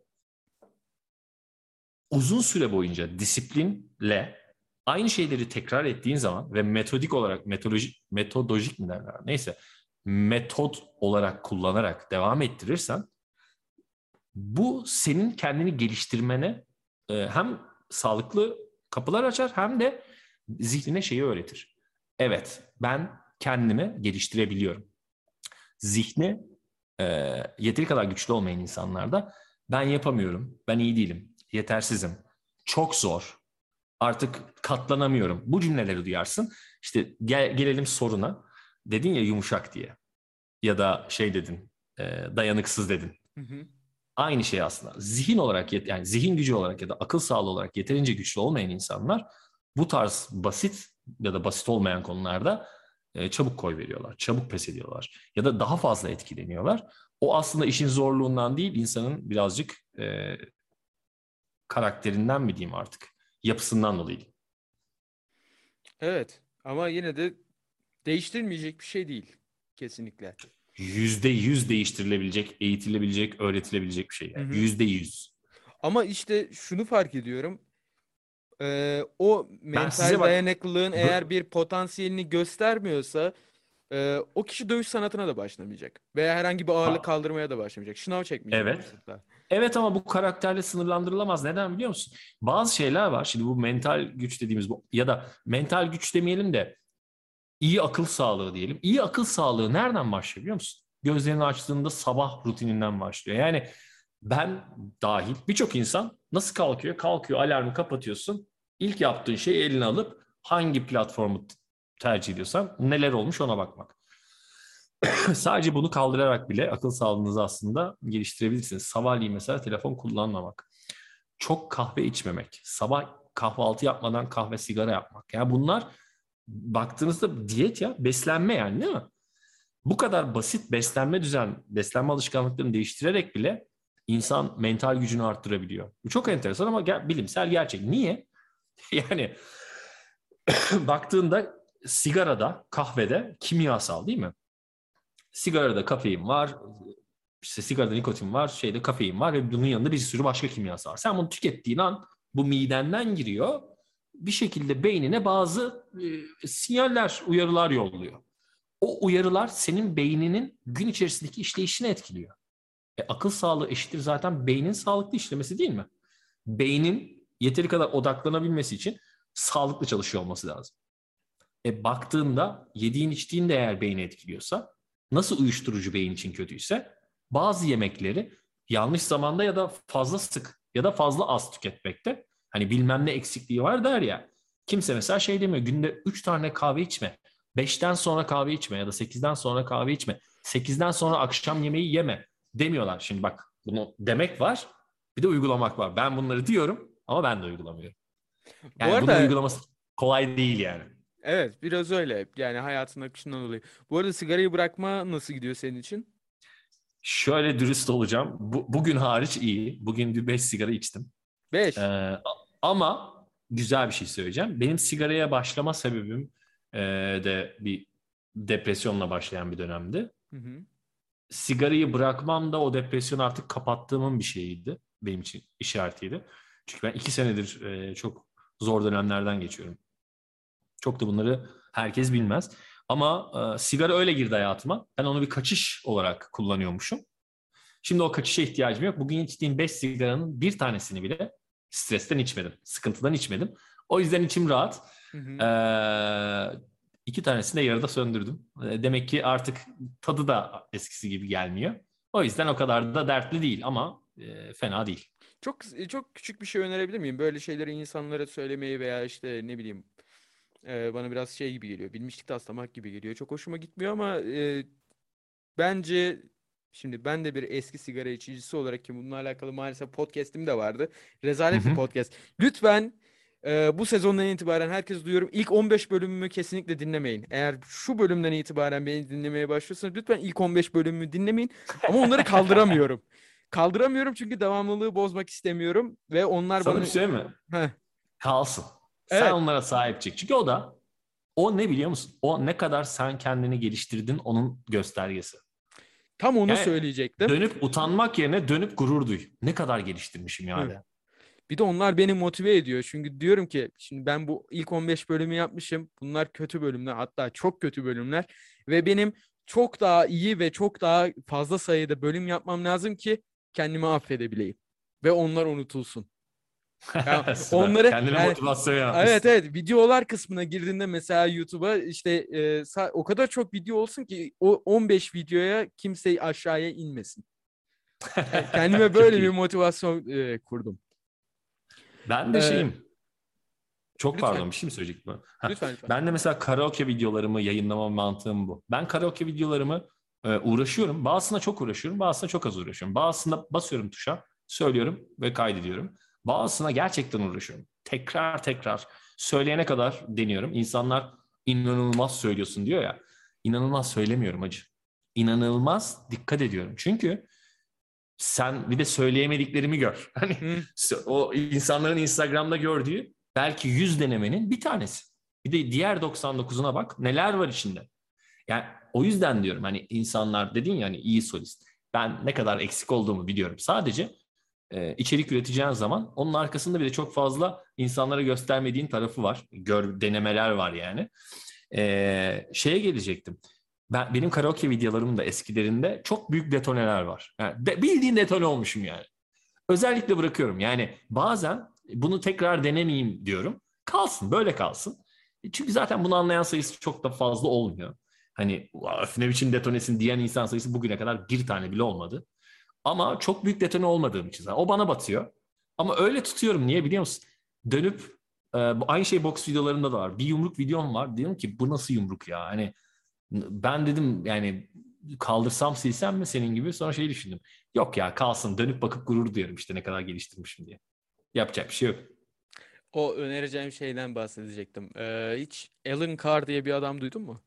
uzun süre boyunca disiplinle aynı şeyleri tekrar ettiğin zaman ve metodik olarak, metodolojik, metodolojik mi derler? Neyse, metot olarak kullanarak devam ettirirsen bu senin kendini geliştirmene e, hem sağlıklı kapılar açar hem de zihnine şeyi öğretir. Evet, ben kendimi geliştirebiliyorum. Zihni e, yeteri kadar güçlü olmayan insanlarda ben yapamıyorum, ben iyi değilim, yetersizim, çok zor, artık katlanamıyorum. Bu cümleleri duyarsın. İşte gel, gelelim soruna. Dedin ya yumuşak diye ya da şey dedin, e, dayanıksız dedin. Hı hı. Aynı şey aslında. Zihin olarak, yani zihin gücü olarak ya da akıl sağlığı olarak yeterince güçlü olmayan insanlar bu tarz basit ya da basit olmayan konularda e, çabuk koy veriyorlar, çabuk pes ediyorlar ya da daha fazla etkileniyorlar. O aslında işin zorluğundan değil, insanın birazcık e, karakterinden mi diyeyim artık, yapısından dolayı. Evet. Ama yine de değiştirmeyecek bir şey değil. Kesinlikle. Yüzde yüz değiştirilebilecek, eğitilebilecek, öğretilebilecek bir şey Hı yani. hı. Yüzde yüz. Ama işte şunu fark ediyorum. Ee, o Ben size mental bak, dayanıklılığın eğer bir potansiyelini göstermiyorsa e, o kişi dövüş sanatına da başlamayacak. Veya herhangi bir ağırlık ha, kaldırmaya da başlamayacak. Şınav çekmeyecek evet. vücutta. Evet ama bu karakterle sınırlandırılamaz. Neden biliyor musun? Bazı şeyler var. Şimdi bu mental güç dediğimiz bu ya da mental güç demeyelim de iyi akıl sağlığı diyelim. İyi akıl sağlığı nereden başlıyor biliyor musun? Gözlerini açtığında sabah rutininden başlıyor. Yani ben dahil birçok insan nasıl kalkıyor? Kalkıyor, alarmı kapatıyorsun. İlk yaptığın şey elini alıp hangi platformu tercih ediyorsan neler olmuş ona bakmak. Sadece bunu kaldırarak bile akıl sağlığınızı aslında geliştirebilirsiniz. Sabahleyin mesela telefon kullanmamak. Çok kahve içmemek. Sabah kahvaltı yapmadan kahve sigara yapmak. Yani bunlar baktığınızda diyet ya, beslenme yani, değil mi? Bu kadar basit beslenme düzen, beslenme alışkanlıklarını değiştirerek bile insan mental gücünü arttırabiliyor. Bu çok enteresan ama ger- bilimsel gerçek. Niye? Yani baktığında sigarada, kahvede kimyasal değil mi? Sigarada kafein var, işte sigarada nikotin var, şeyde kafein var ve bunun yanında bir sürü başka kimyasal var. Sen bunu tükettiğin an bu midenden giriyor. Bir şekilde beynine bazı e, sinyaller, uyarılar yolluyor. O uyarılar senin beyninin gün içerisindeki işleyişini etkiliyor. E, akıl sağlığı eşittir zaten beynin sağlıklı işlemesi değil mi? Beynin yeteri kadar odaklanabilmesi için sağlıklı çalışıyor olması lazım. E baktığında yediğin içtiğin de eğer beyni etkiliyorsa, nasıl uyuşturucu beyin için kötüyse bazı yemekleri yanlış zamanda ya da fazla sık ya da fazla az tüketmekte, hani bilmem ne eksikliği var der ya. Kimse mesela şey demiyor, günde üç tane kahve içme, beşten sonra kahve içme ya da sekizden sonra kahve içme, sekizden sonra akşam yemeği yeme demiyorlar. Şimdi bak, bunu demek var, bir de uygulamak var. Ben bunları diyorum ama ben de uygulamıyorum. Bu Yani bunun arada uygulaması kolay değil yani. evet, biraz öyle. Yani hayatın akışından dolayı. Bu arada sigarayı bırakma nasıl gidiyor senin için? Şöyle dürüst olacağım. Bu, bugün hariç iyi. Bugün bir beş sigara içtim. Beş. Ee, ama güzel bir şey söyleyeceğim. Benim sigaraya başlama sebebim e, de bir depresyonla başlayan bir dönemdi. Hı hı. Sigarayı bırakmam da o depresyonu artık kapattığımın bir şeyiydi. Benim için işaretiydi. Çünkü ben iki senedir e, çok zor dönemlerden geçiyorum. Çok da bunları herkes bilmez. Ama e, sigara öyle girdi hayatıma. Ben onu bir kaçış olarak kullanıyormuşum. Şimdi o kaçışa ihtiyacım yok. Bugün içtiğim beş sigaranın bir tanesini bile stresten içmedim. Sıkıntıdan içmedim. O yüzden içim rahat. Hı hı. Ee, iki tanesini de yarıda söndürdüm. Ee, demek ki artık tadı da eskisi gibi gelmiyor. O yüzden o kadar da dertli değil ama e, fena değil. Çok çok küçük bir şey önerebilir miyim? Böyle şeyleri insanlara söylemeyi veya işte ne bileyim e, bana biraz şey gibi geliyor. Bilmişlik taslamak gibi geliyor. Çok hoşuma gitmiyor ama e, bence şimdi ben de bir eski sigara içicisi olarak ki bununla alakalı maalesef podcast'im de vardı. Hı Rezalet bir hı. podcast. Lütfen e, bu sezondan itibaren herkes duyuyorum. İlk on beş bölümümü kesinlikle dinlemeyin. Eğer şu bölümden itibaren beni dinlemeye başlıyorsanız lütfen ilk on beş bölümümü dinlemeyin. Ama onları kaldıramıyorum. kaldıramıyorum çünkü devamlılığı bozmak istemiyorum ve onlar Sana bana bir şey mi? Heh, Kalsın. Sen evet, onlara sahip çık. Çünkü o da o ne biliyor musun? O ne kadar sen kendini geliştirdin onun göstergesi. tam onu Yani söyleyecektim. dönüp utanmak yerine dönüp gurur duy. Ne kadar geliştirmişim ya Hı. de. Bir de onlar beni motive ediyor. Çünkü diyorum ki şimdi ben bu ilk on beş bölümü yapmışım. Bunlar kötü bölümler, hatta çok kötü bölümler ve benim çok daha iyi ve çok daha fazla sayıda bölüm yapmam lazım ki kendimi affedebileyim ve onlar unutulsun. Yani Süper. onları Kendine yani motivasyon evet yapmışsın. evet videolar kısmına girdiğinde mesela YouTube'a işte e, sa- o kadar çok video olsun ki o on beş videoya kimse aşağıya inmesin. Yani kendime Çok böyle bir iyi. motivasyon e, kurdum. Ben de E, şeyim. Çok lütfen, pardon bir şey mi söyleyecektim? ben? Heh, lütfen, lütfen. ben de mesela karaoke videolarımı yayınlama mantığım bu. Ben karaoke videolarımı e, uğraşıyorum. Bazısına çok uğraşıyorum, bazısına çok az uğraşıyorum. Bazısına basıyorum tuşa, söylüyorum ve kaydediyorum. Bazısına gerçekten uğraşıyorum. Tekrar tekrar söyleyene kadar deniyorum. İnsanlar inanılmaz söylüyorsun diyor ya. İnanılmaz söylemiyorum hacı. İnanılmaz dikkat ediyorum. Çünkü sen bir de söyleyemediklerimi gör. Hani Hı, o insanların Instagram'da gördüğü belki yüz denemenin bir tanesi. Bir de diğer doksan dokuzuna bak neler var içinde. Yani o yüzden diyorum hani insanlar dedin ya hani iyi solist. Ben ne kadar eksik olduğumu biliyorum. Sadece e, içerik üreteceğin zaman onun arkasında bir de çok fazla insanlara göstermediğin tarafı var. Gör, denemeler var yani. E, şeye gelecektim. Ben, benim karaoke videolarım da eskilerinde çok büyük detoneler var. Yani de, bildiğin detone olmuşum yani. Özellikle bırakıyorum. Yani bazen bunu tekrar denemeyeyim diyorum. Kalsın, böyle kalsın. Çünkü zaten bunu anlayan sayısı çok da fazla olmuyor. Hani "Öf, ne biçim detonesin" diyen insan sayısı bugüne kadar bir tane bile olmadı. Ama çok büyük detone olmadığım için. O bana batıyor. Ama öyle tutuyorum. Niye biliyor musun? Dönüp e, aynı şey boks videolarında da var. Bir yumruk videom var. Diyorum ki bu nasıl yumruk ya? Hani ben dedim yani kaldırsam silsem mi senin gibi, sonra şey düşündüm. Yok ya kalsın, dönüp bakıp gurur duyuyorum işte ne kadar geliştirmişim diye. Yapacak bir şey yok. o önereceğim şeyden bahsedecektim. E, hiç Alan Carr diye bir adam duydun mu?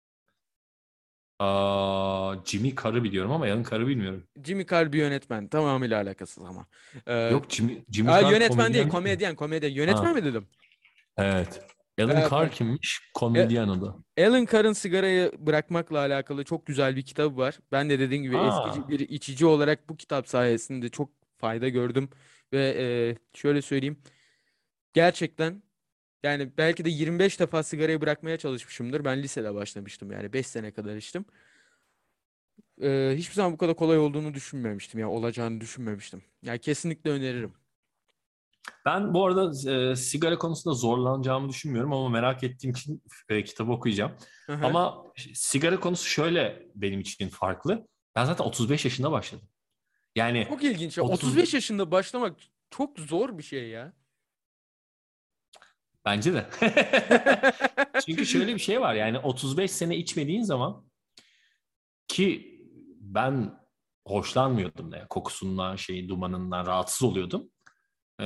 Aa, Jimmy Carr'ı biliyorum ama Alan Carr'ı bilmiyorum. Jimmy Carr bir yönetmen. Tamamıyla alakasız ama. E, Yok, Jimmy, Jimmy aa, Carr yönetmen değil, komedyen değil mi? komedyen, komedyen. Yönetmen Ha, mi dedim? evet. Alan E, Carr pardon. kimmiş? E, Komedyen o da. Alan Carr'ın sigarayı bırakmakla alakalı çok güzel bir kitabı var. Ben de dediğim gibi eskici Ha, bir içici olarak bu kitap sayesinde çok fayda gördüm. Ve e, şöyle söyleyeyim. Gerçekten yani belki de yirmi beş defa sigarayı bırakmaya çalışmışımdır. Ben lisede başlamıştım yani beş sene kadar içtim. E, hiçbir zaman bu kadar kolay olduğunu düşünmemiştim ya olacağını düşünmemiştim. Yani kesinlikle öneririm. ben bu arada e, sigara konusunda zorlanacağımı düşünmüyorum ama merak ettiğim için e, kitabı okuyacağım. Hı hı. Ama sigara konusu şöyle benim için farklı. Ben zaten otuz beş yaşında başladım. Yani Çok ilginç ya. otuz otuz beş yaşında başlamak çok zor bir şey ya. bence de. Çünkü şöyle bir şey var yani otuz beş sene içmediğin zaman, ki ben hoşlanmıyordum da yani kokusundan, şeyi, dumanından rahatsız oluyordum. Ee,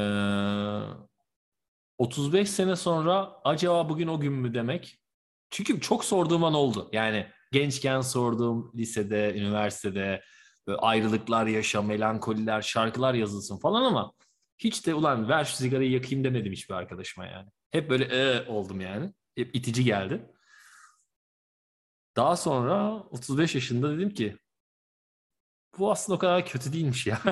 otuz beş sene sonra acaba bugün o gün mü demek? Çünkü çok sorduğum an oldu. Yani gençken sorduğum, lisede, üniversitede böyle ayrılıklar yaşa, melankoliler, şarkılar yazılsın falan ama hiç de ulan ver şu sigarayı yakayım demedim hiçbir arkadaşıma yani. Hep böyle e oldum yani. Hep itici geldi. Daha sonra otuz beş yaşında dedim ki bu aslında o kadar kötü değilmiş ya.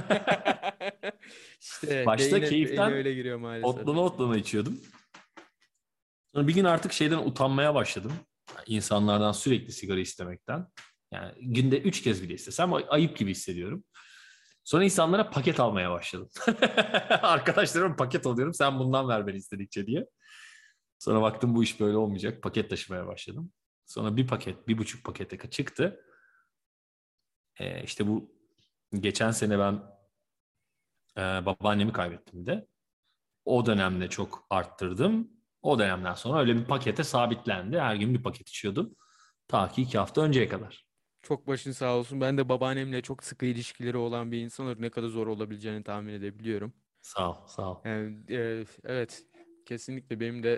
İşte Başta beyine, beyine keyiften öyle giriyor maalesef. otlana otlana içiyordum. Sonra bir gün artık şeyden utanmaya başladım. İnsanlardan sürekli sigara istemekten. Yani günde üç kez bile istesem ayıp gibi hissediyorum. Sonra insanlara paket almaya başladım. Arkadaşlarıma paket alıyorum. Sen bundan ver ben istedikçe diye. Sonra baktım bu iş böyle olmayacak. Paket taşımaya başladım. Sonra bir paket, bir buçuk pakete çıktı. Ee, işte bu geçen sene ben e, babaannemi kaybettim de. O dönemde çok arttırdım. O dönemden sonra öyle bir pakete sabitlendi. Her gün bir paket içiyordum. Ta ki iki hafta önceye kadar. Çok başın sağ olsun. Ben de babaannemle çok sıkı ilişkileri olan bir insan olarak ne kadar zor olabileceğini tahmin edebiliyorum. Sağ ol, sağ ol. Yani, e, evet, kesinlikle benim de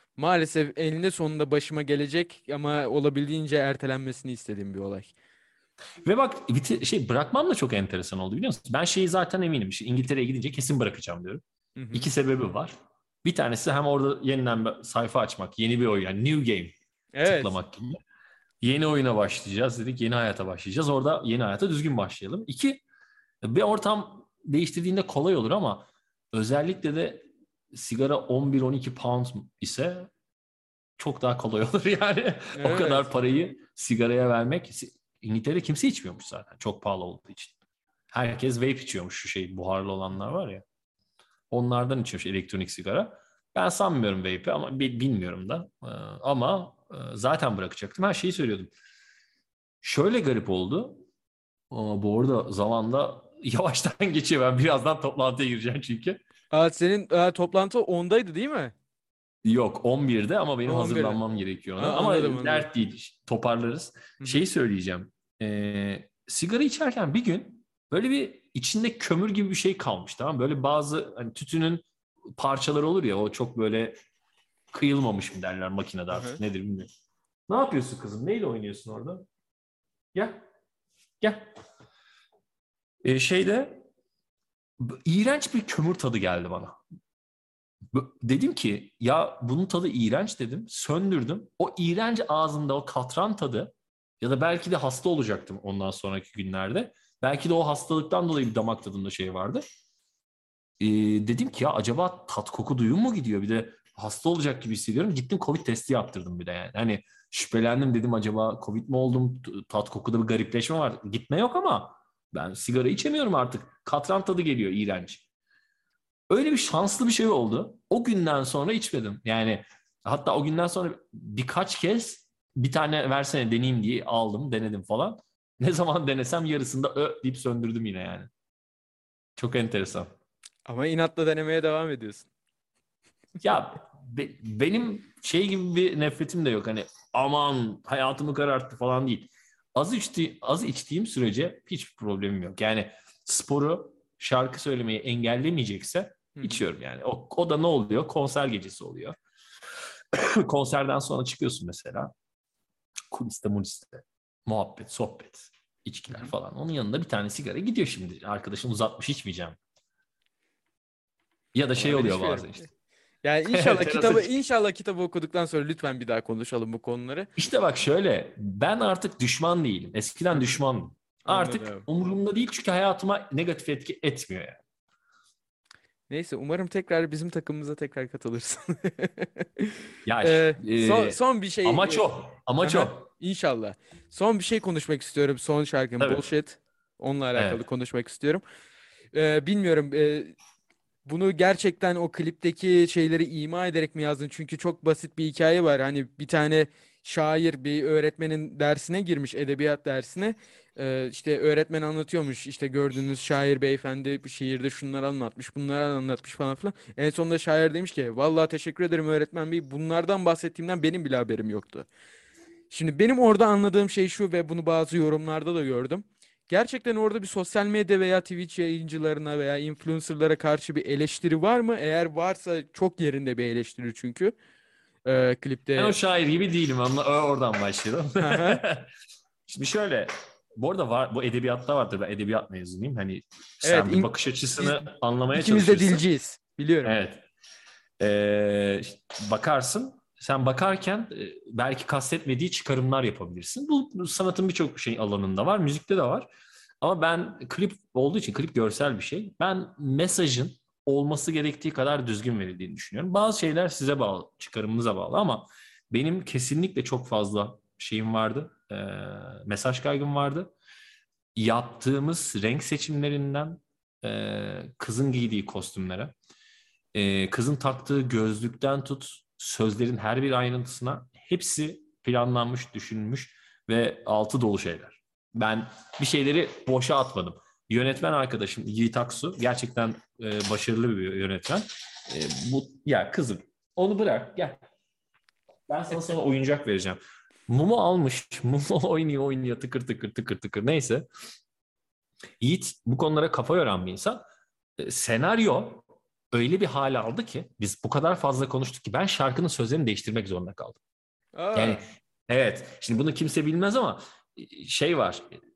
maalesef eninde sonunda başıma gelecek ama olabildiğince ertelenmesini istediğim bir olay. Ve bak biti- şey bırakmam da çok enteresan oldu biliyor musun? Ben şeyi zaten eminim. İşte İngiltere'ye gidince kesin bırakacağım diyorum. Hı hı. İki sebebi var. Bir tanesi hem orada yeniden bir sayfa açmak, yeni bir oyun, yani new game Evet. tıklamak gibi. Yeni oyuna başlayacağız dedik, yeni hayata başlayacağız. Orada yeni hayata düzgün başlayalım. İki, bir ortam değiştirdiğinde kolay olur ama özellikle de sigara on bir on iki pound ise çok daha kolay olur yani. O kadar Evet. parayı sigaraya vermek. İngiltere'de kimse içmiyormuş zaten çok pahalı olduğu için. Herkes vape içiyormuş, şu şey buharlı olanlar var ya. Onlardan içiyormuş elektronik sigara. Ben sanmıyorum vape'i ama bilmiyorum da. Ee, ama e, zaten bırakacaktım. Her şeyi söylüyordum. Şöyle garip oldu. Aa, bu arada zamanda yavaştan geçiyor. Ben birazdan toplantıya gireceğim çünkü. Aa, senin aa, toplantı ondaydı değil mi? Yok on birde ama benim on birde. hazırlanmam gerekiyor ona. Aa, Ama anladım anladım. dert değil. Toparlarız. Hı hı. Şeyi söyleyeceğim. Ee, sigara içerken bir gün böyle bir içinde kömür gibi bir şey kalmış, tamam mı? Böyle bazı hani tütünün parçaları olur ya, o çok böyle kıyılmamış mı derler makinede Hı artık hı. nedir bilmiyorum. Ne yapıyorsun kızım? Neyle oynuyorsun orada? Gel. Gel. Ee, şeyde b- iğrenç bir kömür tadı geldi bana. B- Dedim ki ya bunun tadı iğrenç dedim. Söndürdüm. O iğrenç ağzımda o katran tadı, ya da belki de hasta olacaktım ondan sonraki günlerde. Belki de o hastalıktan dolayı bir damak tadımda şey vardı. Ee, dedim ki ya acaba tat koku duyum mu gidiyor? Bir de hasta olacak gibi hissediyorum. Gittim Covid testi yaptırdım bir de yani. Hani şüphelendim, dedim acaba Covid mi oldum? T- Tat kokuda bir garipleşme var. Gitme yok ama ben sigara içemiyorum artık. Katran tadı geliyor iğrenç. Öyle bir şanslı bir şey oldu. O günden sonra içmedim. Yani hatta o günden sonra birkaç kez bir tane versene deneyeyim diye aldım, denedim falan. Ne zaman denesem yarısında ö deyip söndürdüm yine yani. Çok enteresan. Ama inatla denemeye devam ediyorsun. Ya be- benim şey gibi bir nefretim de yok. Hani aman hayatımı kararttı falan değil. Az içti az içtiğim sürece hiçbir problemim yok. Yani sporu, şarkı söylemeyi engellemeyecekse Hı hı. içiyorum yani. O, o da ne oluyor? Konser gecesi oluyor. Konserden sonra çıkıyorsun mesela. Kuliste muliste. Muhabbet, sohbet, Hı içkiler hı. falan. Onun yanında bir tane sigara gidiyor şimdi. Arkadaşım uzatmış, içmeyeceğim. Ya da Ama şey ben oluyor içmiyorum. bazen işte. Yani inşallah Terasa kitabı çık. inşallah kitabı okuduktan sonra lütfen bir daha konuşalım bu konuları. İşte bak şöyle, ben artık düşman değilim. Hı Eskiden hı. düşmandım. Artık Anladım. umurumda değil çünkü hayatıma negatif etki etmiyor yani. Neyse umarım tekrar bizim takımımıza tekrar katılırsın. Ya Ee, son, e, son bir şey. amaç e, o. Amaç aha, o. İnşallah. Son bir şey konuşmak istiyorum. Son şarkım Tabii. Bullshit. Onunla alakalı Evet. konuşmak istiyorum. Ee, bilmiyorum. e, bunu gerçekten o klipteki şeyleri ima ederek mi yazdın? Çünkü çok basit bir hikaye var. Hani bir tane şair bir öğretmenin dersine girmiş, edebiyat dersine. Ee, işte öğretmen anlatıyormuş. İşte gördüğünüz şair beyefendi bu şiirde şunları anlatmış, bunları anlatmış falan filan. En sonunda şair demiş ki, vallahi teşekkür ederim öğretmen bey. Bunlardan bahsettiğimden benim bile haberim yoktu. Şimdi benim orada anladığım şey şu ve bunu bazı yorumlarda da gördüm. Gerçekten orada bir sosyal medya veya Twitch yayıncılarına veya influencerlara karşı bir eleştiri var mı? Eğer varsa çok yerinde bir eleştiri çünkü. Ee, Ben o klipte. şair gibi değilim ama oradan başlayalım. Hı hı. Şimdi şöyle, bu arada var, bu edebiyatta vardır. Ben edebiyat mezunuyum. Hani Evet, sen bir in- bakış biz açısını anlamaya ikimiz de çalışırsın. dilciyiz. Biliyorum. Evet. Ee, işte bakarsın. Sen bakarken e, belki kastetmediği çıkarımlar yapabilirsin. Bu, bu sanatın birçok şey alanında var. Müzikte de var. Ama ben klip olduğu için, klip görsel bir şey. Ben mesajın olması gerektiği kadar düzgün verildiğini düşünüyorum. Bazı şeyler size bağlı, çıkarımınıza bağlı ama benim kesinlikle çok fazla şeyim vardı. E, mesaj kaygım vardı. Yaptığımız renk seçimlerinden e, kızın giydiği kostümlere, e, kızın taktığı gözlükten tut, sözlerin her bir ayrıntısına hepsi planlanmış, düşünülmüş ve altı dolu şeyler. Ben bir şeyleri boşa atmadım. Yönetmen arkadaşım Yiğit Aksu gerçekten e, başarılı bir yönetmen. E, bu ya kızım onu bırak gel. Ben sana sonra oyuncak vereceğim. Mumu almış. Mumu oynuyor oynuyor tıkır tıkır tıkır tıkır neyse. Yiğit bu konulara kafa yoran bir insan. E, senaryo öyle bir hale aldı ki biz bu kadar fazla konuştuk ki ben şarkının sözlerini değiştirmek zorunda kaldım. Yani Aa. evet, şimdi bunu kimse bilmez ama şey var.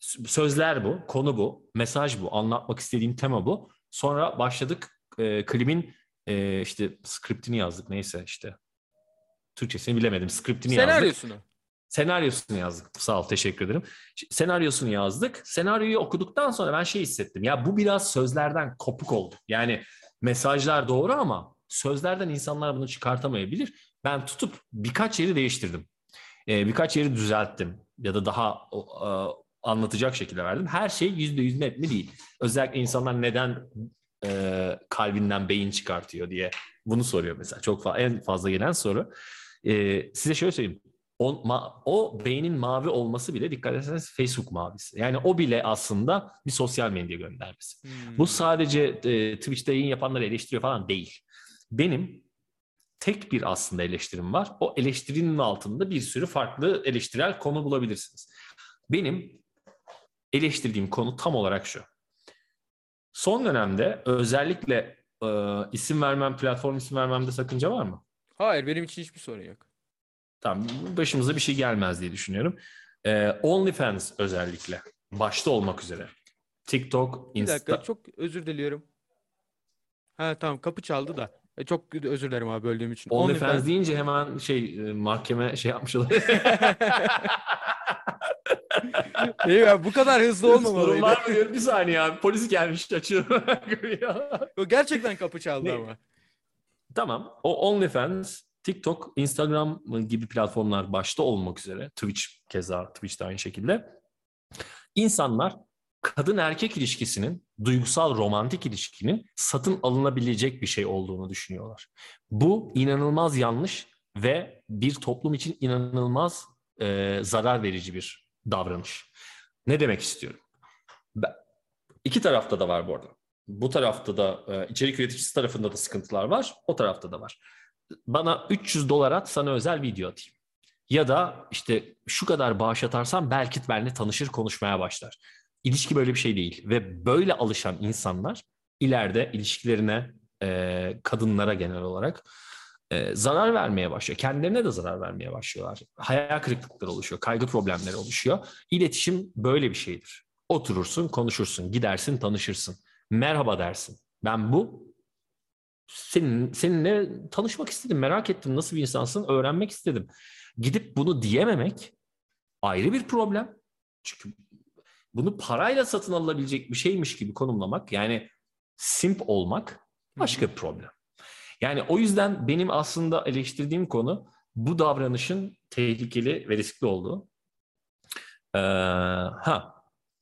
Sözler bu, konu bu, mesaj bu, anlatmak istediğim tema bu. Sonra başladık e, klibin e, işte skriptini yazdık, neyse işte Türkçesini bilemedim, skriptini yazdık. Senaryosunu. Senaryosunu yazdık. Sağ ol, teşekkür ederim. Senaryosunu yazdık. Senaryoyu okuduktan sonra ben şey hissettim. Ya bu biraz sözlerden kopuk oldu. Yani mesajlar doğru ama sözlerden insanlar bunu çıkartamayabilir. Ben tutup birkaç yeri değiştirdim. Ee, birkaç yeri düzelttim. Ya da daha e, anlatacak şekilde verdim. Her şey yüzde yüz net mi değil. Özellikle insanlar neden e, kalbinden beyin çıkartıyor diye bunu soruyor mesela. Çok fa- en fazla gelen soru. Ee, size şöyle söyleyeyim. O, ma- o beynin mavi olması bile dikkat ederseniz Facebook mavisi. Yani o bile aslında bir sosyal medya göndermesi. Bu Hmm. sadece e, Twitch'te yayın yapanları eleştiriyor falan değil. Benim tek bir aslında eleştirim var. O eleştirinin altında bir sürü farklı eleştirel konu bulabilirsiniz. Benim eleştirdiğim konu tam olarak şu. Son dönemde özellikle e, isim vermem, platform isim vermemde sakınca var mı? Hayır, benim için hiçbir sorun yok. Tamam, başımıza bir şey gelmez diye düşünüyorum. Ee, OnlyFans özellikle başta olmak üzere. TikTok, Bir dakika, Insta... çok özür diliyorum. Ha tamam, kapı çaldı da. E, çok özür dilerim abi böldüğüm için. OnlyFans OnlyFans. deyince hemen şey e, mahkeme şey yapmış olabilir. Değil mi? Ya, bu kadar hızlı Sorun olmamalıydı. var mı diyorum, bir saniye abi. Polis gelmiş, açıyorum. O gerçekten kapı çaldı Ne? ama. Tamam. O OnlyFans, TikTok, Instagram gibi platformlar başta olmak üzere. Twitch keza, Twitch de aynı şekilde. İnsanlar kadın erkek ilişkisinin, duygusal romantik ilişkinin satın alınabilecek bir şey olduğunu düşünüyorlar. Bu inanılmaz yanlış ve bir toplum için inanılmaz e, zarar verici bir davranış. Ne demek istiyorum? Ben, iki tarafta da var bu arada. Bu tarafta da e, içerik üreticisi tarafında da sıkıntılar var. O tarafta da var. Bana üç yüz dolar at, sana özel video atayım. Ya da işte şu kadar bağış atarsam belki benimle tanışır, konuşmaya başlar. İlişki böyle bir şey değil. Ve böyle alışan insanlar ileride ilişkilerine, e, kadınlara genel olarak e, zarar vermeye başlıyor. Kendilerine de zarar vermeye başlıyorlar. Hayal kırıklıkları oluşuyor, kaygı problemleri oluşuyor. İletişim böyle bir şeydir. Oturursun, konuşursun, gidersin, tanışırsın. Merhaba dersin. Ben bu senin, seninle tanışmak istedim, merak ettim, nasıl bir insansın, öğrenmek istedim. Gidip bunu diyememek ayrı bir problem. Çünkü bunu parayla satın alınabilecek bir şeymiş gibi konumlamak, yani simp olmak Hı hı. başka bir problem. Yani o yüzden benim aslında eleştirdiğim konu bu davranışın tehlikeli ve riskli olduğu. Ee, ha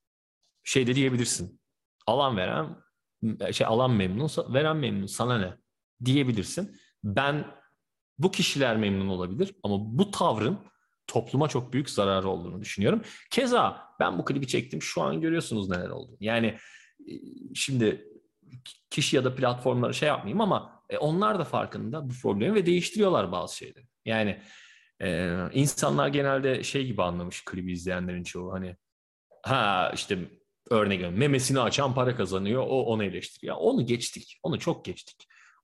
şey de diyebilirsin. Alan veren şey alan memnun, veren memnun, sana ne diyebilirsin. Ben bu kişiler memnun olabilir ama bu tavrın topluma çok büyük zararı olduğunu düşünüyorum. Keza ben bu klibi çektim. Şu an görüyorsunuz neler oldu. Yani e, şimdi kişi ya da platformları şey yapmayayım ama e, onlar da farkında bu problemi ve değiştiriyorlar bazı şeyleri. Yani e, insanlar genelde şey gibi anlamış klibi izleyenlerin çoğu, hani ha işte örnek veriyorum, memesini açan para kazanıyor, o onu eleştiriyor. Onu geçtik. Onu çok geçtik.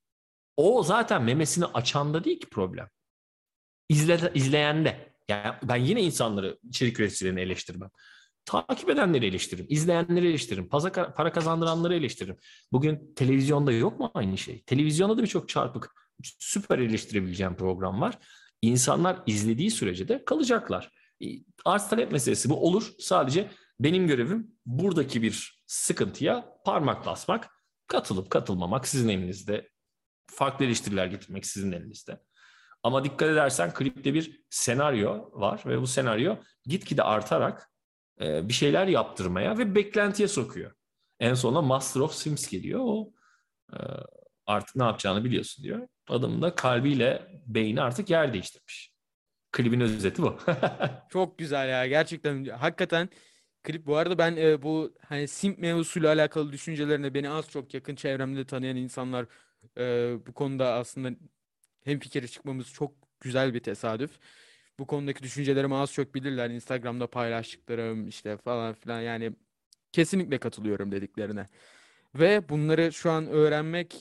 O zaten memesini açanda değil ki problem. İzle, izleyende. Yani ben yine insanları, içerik üreticilerini eleştirmem. Takip edenleri eleştiririm. İzleyenleri eleştiririm. Para, para kazandıranları eleştiririm. Bugün televizyonda yok mu aynı şey? Televizyonda da birçok çarpık, süper eleştirebileceğim program var. İnsanlar izlediği sürece de kalacaklar. Arz talep meselesi bu olur. Sadece benim görevim buradaki bir sıkıntıya parmak basmak. Katılıp katılmamak sizin elinizde. Farklı eleştiriler getirmek sizin elinizde. Ama dikkat edersen klipte bir senaryo var ve bu senaryo gitgide artarak e, bir şeyler yaptırmaya ve beklentiye sokuyor. En sonunda Master of Sims geliyor. O e, artık ne yapacağını biliyorsun diyor. Adamın da kalbiyle beyni artık yer değiştirmiş. Klibin özeti bu. Çok güzel ya, gerçekten hakikaten klip. Bu arada ben e, bu hani simp mevzusuyla alakalı düşüncelerine beni az çok yakın çevremde tanıyan insanlar e, bu konuda aslında hemfikir çıkmamız çok güzel bir tesadüf. Bu konudaki düşüncelerimi az çok bilirler. Instagram'da paylaştıklarım işte falan filan, yani kesinlikle katılıyorum dediklerine. Ve bunları şu an öğrenmek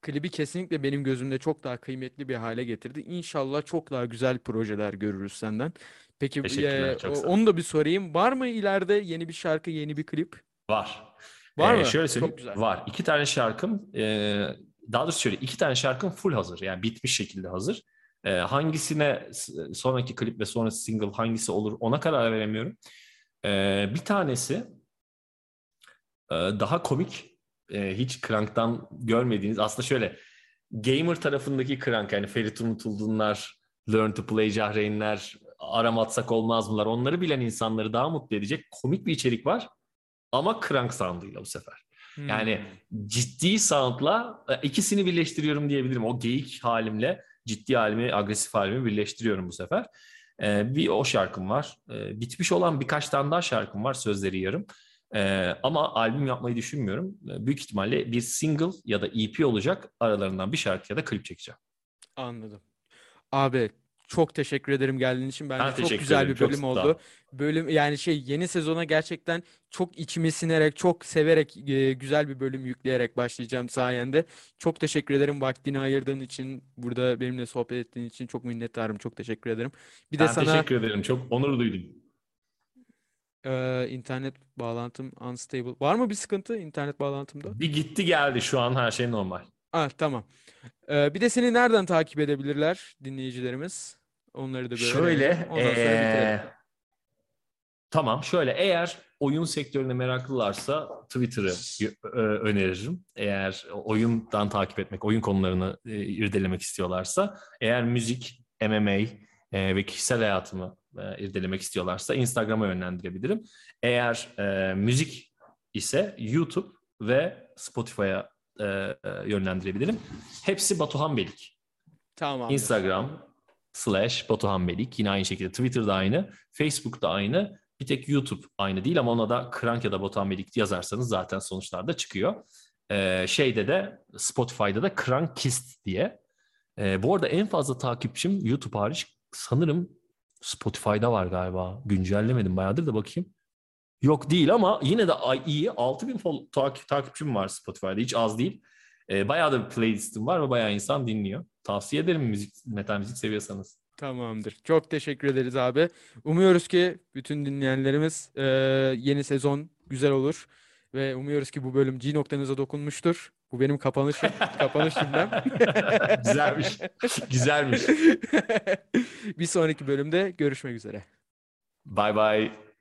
klibi kesinlikle benim gözümde çok daha kıymetli bir hale getirdi. İnşallah çok daha güzel projeler görürüz senden. Peki Teşekkürler, e, çok o- sağ ol. onu da bir sorayım. Var mı ileride yeni bir şarkı, yeni bir klip? Var. Var Ee, mı? şöyle Çok söyleyeyim. güzel. Var. İki tane şarkım. E, daha doğrusu şöyle. iki tane şarkım full hazır. Yani bitmiş şekilde hazır. E, hangisine s- sonraki klip ve sonraki single hangisi olur ona karar veremiyorum. E, bir tanesi e, daha komik. E, hiç Krank'tan görmediğiniz. Aslında şöyle. Gamer tarafındaki Krank. Yani Ferit Unutuldunlar, Learn to Play Cahreynler, Aram Atsak Olmaz mılar. Onları bilen insanları daha mutlu edecek komik bir içerik var. Ama crank sound'uyla bu sefer. Yani Hmm. ciddi sound'la e, ikisini birleştiriyorum diyebilirim. O geyik halimle ciddi halimi, agresif halimi birleştiriyorum bu sefer. Ee, bir o şarkım var. Ee, bitmiş olan birkaç tane daha şarkım var. Sözleri yarım. Ee, ama albüm yapmayı düşünmüyorum. Ee, büyük ihtimalle bir single ya da E P olacak. Aralarından bir şarkı ya da klip çekeceğim. Anladım. Abi çok teşekkür ederim geldiğin için. Bence Ben çok teşekkür güzel ederim. bir Çok bölüm sağ oldu. ol. Bölüm yani şey yeni sezona gerçekten çok içime sinerek, çok severek e, güzel bir bölüm yükleyerek başlayacağım sayende. Çok teşekkür ederim vaktini ayırdığın için, burada benimle sohbet ettiğin için çok minnettarım. Çok teşekkür ederim. Bir de Ben sana teşekkür ederim. Çok onur duydum. e, internet bağlantım unstable. Var mı bir sıkıntı internet bağlantımda? Bir gitti geldi. Şu an her şey normal. Ah tamam. E, bir de seni nereden takip edebilirler dinleyicilerimiz? Onları da bir öğrenelim. Şöyle, Ondan sonra bitirelim. ee, tamam, şöyle eğer oyun sektörüne meraklılarsa Twitter'ı y- ö- öneririm. Eğer oyundan takip etmek, oyun konularını e, irdelemek istiyorlarsa, eğer müzik, M M A e, ve kişisel hayatımı e, irdelemek istiyorlarsa Instagram'a yönlendirebilirim. Eğer e, müzik ise YouTube ve Spotify'a e, e, yönlendirebilirim. Hepsi Batuhan Belik. Tamamdır. Instagram slash Batuhan Belik. Yine aynı şekilde Twitter'da aynı. Facebook'ta aynı. Bir tek YouTube aynı değil ama ona da Krank ya da Batuhan Belik yazarsanız zaten sonuçlarda çıkıyor. Ee, şeyde de Spotify'da da Krankist diye. Ee, bu arada en fazla takipçim YouTube hariç sanırım Spotify'da var galiba. Güncellemedim bayağıdır da bakayım. Yok değil ama yine de ay- iyi. altı bin follow- takip, takipçim var Spotify'da. Hiç az değil. Ee, bayağı da bir playlistim var ve bayağı insan dinliyor. Tavsiye ederim müzik, metal müzik seviyorsanız. Tamamdır. Çok teşekkür ederiz abi. Umuyoruz ki bütün dinleyenlerimiz e, yeni sezon güzel olur. Ve umuyoruz ki bu bölüm G noktanıza dokunmuştur. Bu benim kapanışım. Kapanış cümlem. Güzelmiş. Güzelmiş. Bir sonraki bölümde görüşmek üzere. Bye bye.